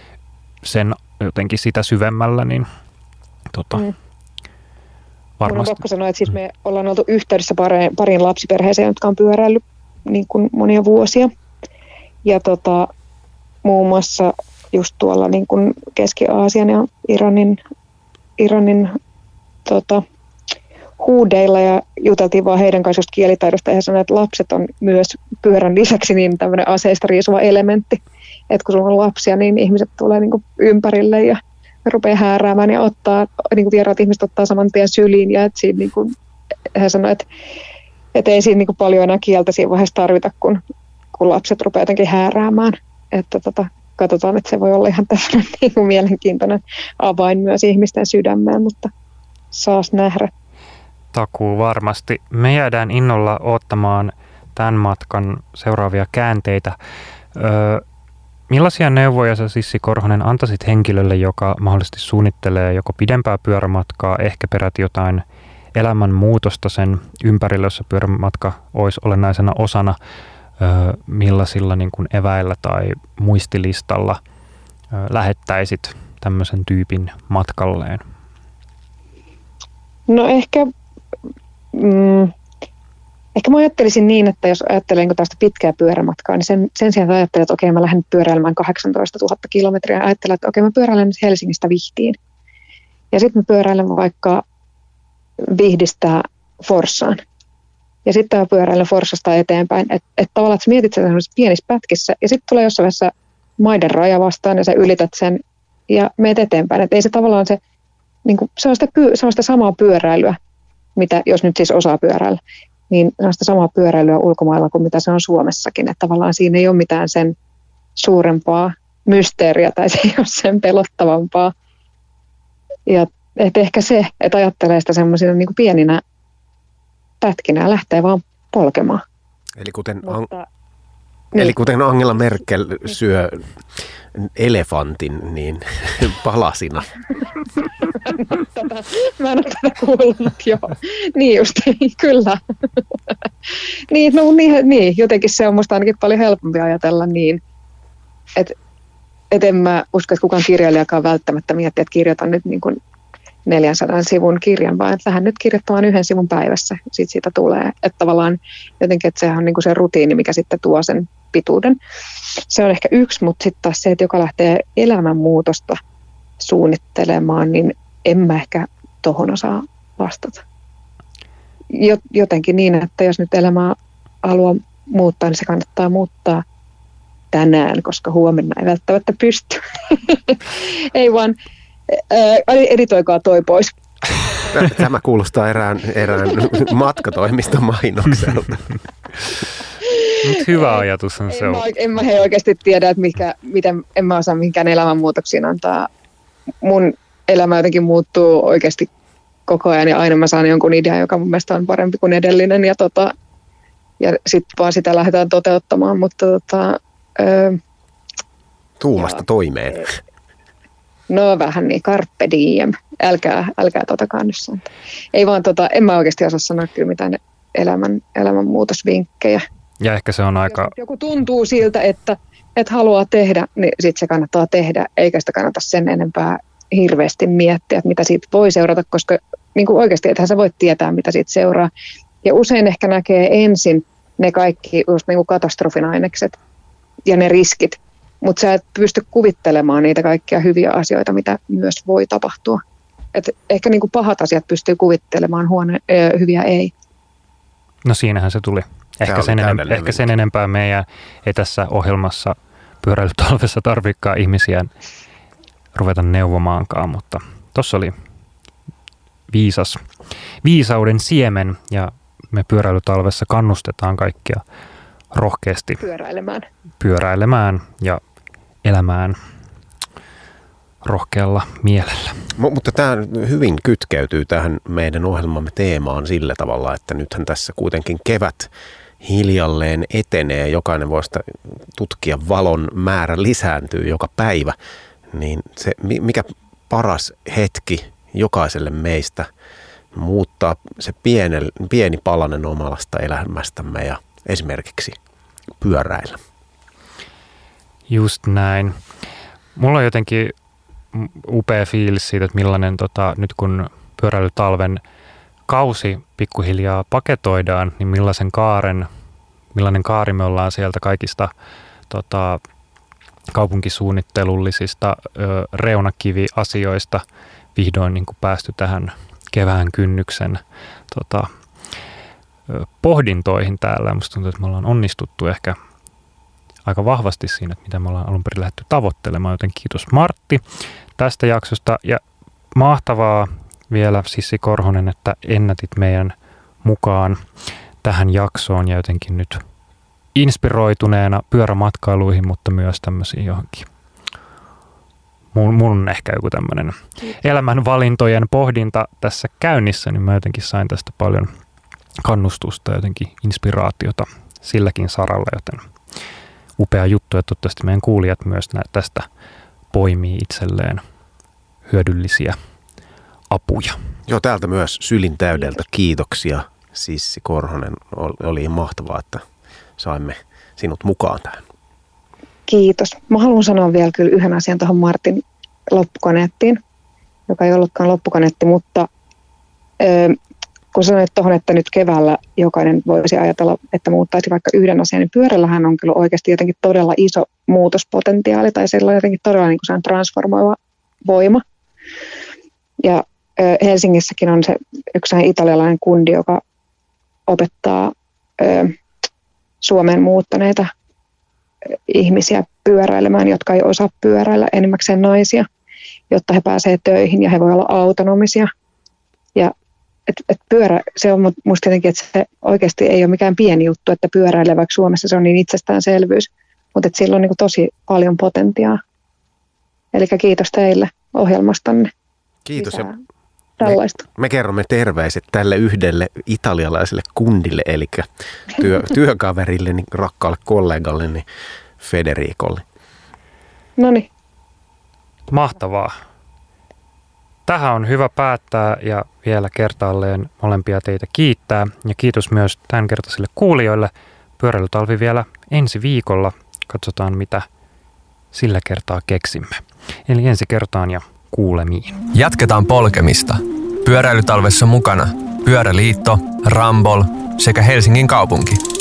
sen jotenkin sitä syvemmällä, niin tota, mm. varmasti. Mun on pakko sanoa, että siis me ollaan oltu yhteydessä pariin, pariin lapsiperheeseen, jotka on pyöräillyt niin kuin monia vuosia. Ja tota, muun muassa just tuolla niin kuin Keski-Aasian ja Iranin, Iranin tota, huudeilla ja juteltiin vaan heidän kanssa just kielitaidosta ja he sanoivat, että lapset on myös pyörän lisäksi niin tämmöinen aseista riisuva elementti. Että kun sulla on lapsia, niin ihmiset tulee niin kuin ympärille ja rupeaa hääräämään ja ottaa, niin kuin vieraat ihmiset ottaa saman tien syliin ja että siinä niin kuin, he sanoivat, että, että ei siinä niin kuin paljon enää kieltä siinä vaiheessa tarvita, kun, kun lapset rupeaa jotenkin hääräämään. Että tota, katsotaan, että se voi olla ihan tämmöinen niin kuin mielenkiintoinen avain myös ihmisten sydämeen, mutta saas nähdä. Takuu varmasti. Me jäädään innolla odottamaan tämän matkan seuraavia käänteitä. Öö, millaisia neuvoja sä, Sissi Korhonen, antaisit henkilölle, joka mahdollisesti suunnittelee joko pidempää pyörämatkaa, ehkä peräti jotain elämänmuutosta sen ympärillä, jossa pyörämatka olisi olennaisena osana, öö, millaisilla niin kuin eväillä tai muistilistalla öö, lähettäisit tämmöisen tyypin matkalleen? No ehkä, mm, ehkä mä ajattelisin niin, että jos ajattelen tästä pitkää pyörämatkaa, niin sen, sen sijaan ajattelen, että okei, mä lähden pyöräilemään kahdeksantoistatuhatta kilometriä, ja ajattelen, että okei, mä pyöräilen nyt Helsingistä Vihtiin. Ja sitten mä pyöräilen vaikka Vihdistä Forssaan. Ja sitten mä pyöräilen Forssasta eteenpäin. Että et tavallaan, että sä mietit sen pienissä pätkissä, ja sitten tulee jossain vaiheessa maiden raja vastaan, ja sä ylität sen, ja meet eteenpäin. Että ei se tavallaan se, niin kuin, se, on sitä, se on sitä samaa pyöräilyä, mitä, jos nyt siis osaa pyöräillä, niin se on sitä samaa pyöräilyä ulkomailla kuin mitä se on Suomessakin. Että tavallaan siinä ei ole mitään sen suurempaa mysteeriä tai se ei ole sen pelottavampaa. Ja et ehkä se, että ajattelee sitä semmoisina niin kuin pieninä pätkinä ja lähtee vaan polkemaan. Eli kuten, Mutta, Ang- niin. eli kuten Angela Merkel syö elefantin, niin palasina. Tätä, mä en ole tätä kuullut, joo. Niin just, kyllä. niin, no, niin, niin, jotenkin se on musta ainakin paljon helpompi ajatella niin, että et en mä usko, että kukaan kirjailijakaan välttämättä miettii, että kirjoitan nyt niin kuin neljänsadan sivun kirjan, vaan että lähden nyt kirjoittamaan yhden sivun päivässä, sitten siitä tulee. Että tavallaan jotenkin, että sehän on niin kuin se rutiini, mikä sitten tuo sen pituuden. Se on ehkä yksi, mutta sitten taas se, että joka lähtee elämänmuutosta suunnittelemaan, niin en mä ehkä tohon osaa vastata. Jotenkin niin, että jos nyt elämää haluaa muuttaa, niin se kannattaa muuttaa tänään, koska huomenna ei välttämättä pysty. Ei vaan, ää, editoikaa toi pois. Tämä kuulostaa erään, erään matkatoimiston mainokselta. Mut hyvä ajatus on se. En mä, en mä he oikeasti tiedä, että mikä, miten, en mä osaa mihinkään elämänmuutoksiin antaa. Mun elämä jotenkin muuttuu oikeasti koko ajan ja aina mä saan jonkun idean, joka mun mielestä on parempi kuin edellinen ja, tota, ja sitten vaan sitä lähdetään toteuttamaan, mutta tota, öö, tuumasta ja, toimeen. No vähän niin, carpe diem. Älkää, älkää totakaan nyt sanoa. Ei vaan tota, en mä oikeasti osaa sanoa kyllä mitään elämän, elämänmuutosvinkkejä. Ja ehkä se on aika... Jos joku tuntuu siltä, että, että haluaa tehdä, niin sitten se kannattaa tehdä, eikä sitä kannata sen enempää hirveästi miettiä, että mitä siitä voi seurata, koska niin kuin oikeasti ethän sä voit tietää, mitä siitä seuraa. Ja usein ehkä näkee ensin ne kaikki just niin kuin katastrofin ainekset ja ne riskit, mutta sä et pysty kuvittelemaan niitä kaikkia hyviä asioita, mitä myös voi tapahtua. Et ehkä niin kuin pahat asiat pystyy kuvittelemaan, huone, ö, hyviä ei. No siinähän se tuli. Ehkä sen, enem- ehkä sen enempää meidän ei tässä ohjelmassa pyöräilytalvessa tarvitsekaan ihmisiä ruveta neuvomaankaan, mutta tuossa oli viisas, viisauden siemen ja me pyöräilytalvessa kannustetaan kaikkia rohkeasti pyöräilemään, pyöräilemään ja elämään rohkealla mielellä. Mutta tämä hyvin kytkeytyy tähän meidän ohjelmamme teemaan sillä tavalla, että nythän tässä kuitenkin kevät hiljalleen etenee. Jokainen voi sitä tutkia, valon määrä lisääntyy joka päivä. Niin se, mikä paras hetki jokaiselle meistä muuttaa se pieni, pieni palanen omasta elämästämme ja esimerkiksi pyöräillä. Just näin. Mulla on jotenkin upea fiilis siitä, että millainen tota, nyt kun pyöräilytalven kausi pikkuhiljaa paketoidaan, niin millaisen kaaren, millainen kaari me ollaan sieltä kaikista tota, kaupunkisuunnittelullisista ö, reunakiviasioista vihdoin niin kuin päästy tähän kevään kynnyksen tota, ö, pohdintoihin täällä. Musta tuntuu, että me ollaan onnistuttu ehkä aika vahvasti siinä, että mitä me ollaan alun perin lähdetty tavoittelemaan, joten kiitos Martti tästä jaksosta ja mahtavaa vielä Sissi Korhonen, että ennätit meidän mukaan tähän jaksoon ja jotenkin nyt inspiroituneena pyörämatkailuihin, mutta myös tämmöisiin johonkin mun, mun ehkä joku tämmöinen elämänvalintojen pohdinta tässä käynnissä, niin mä jotenkin sain tästä paljon kannustusta ja jotenkin inspiraatiota silläkin saralla, joten upea juttu ja toivottavasti meidän kuulijat myös tästä poimii itselleen hyödyllisiä apuja. Joo, täältä myös sylin täydeltä kiitoksia Sissi Korhonen. Oli mahtavaa, että saimme sinut mukaan tähän. Kiitos. Mä haluan sanoa vielä kyllä yhden asian tuohon Martin loppukaneettiin, joka ei ollutkaan loppukaneetti, mutta ö, kun sanoit tuohon, että nyt keväällä jokainen voisi ajatella, että muuttaisi vaikka yhden asian, niin pyörällähän on kyllä oikeasti jotenkin todella iso muutospotentiaali, tai sillä on jotenkin todella niin kuin se on transformoiva voima. Ja ö, Helsingissäkin on se yksi italialainen kundi, joka opettaa ö, Suomeen muuttaneita ihmisiä pyöräilemään, jotka ei osaa pyöräillä, enimmäkseen naisia, jotta he pääsevät töihin ja he voivat olla autonomisia. Ja et, et pyörä, se on musta jotenkin, että se oikeasti ei ole mikään pieni juttu, että pyöräilee, vaikka Suomessa se on niin itsestäänselvyys, mutta että sillä on niin kuin tosi paljon potentiaa. Eli kiitos teille ohjelmastanne. Kiitos. Ja tällaista. Me, me kerromme terveiset tälle yhdelle italialaiselle kundille, eli työ, työkaverille, niin rakkaalle kollegalle, niin Federicolle. Noniin. Mahtavaa. Tähän on hyvä päättää ja vielä kertaalleen molempia teitä kiittää. Ja kiitos myös tämänkertaisille kuulijoille. Pyöräilytalvi vielä ensi viikolla. Katsotaan, mitä sillä kertaa keksimme. Eli ensi kertaan ja kuulemiin. Jatketaan polkemista. Pyöräilytalvessa mukana Pyöräliitto, Rambol sekä Helsingin kaupunki.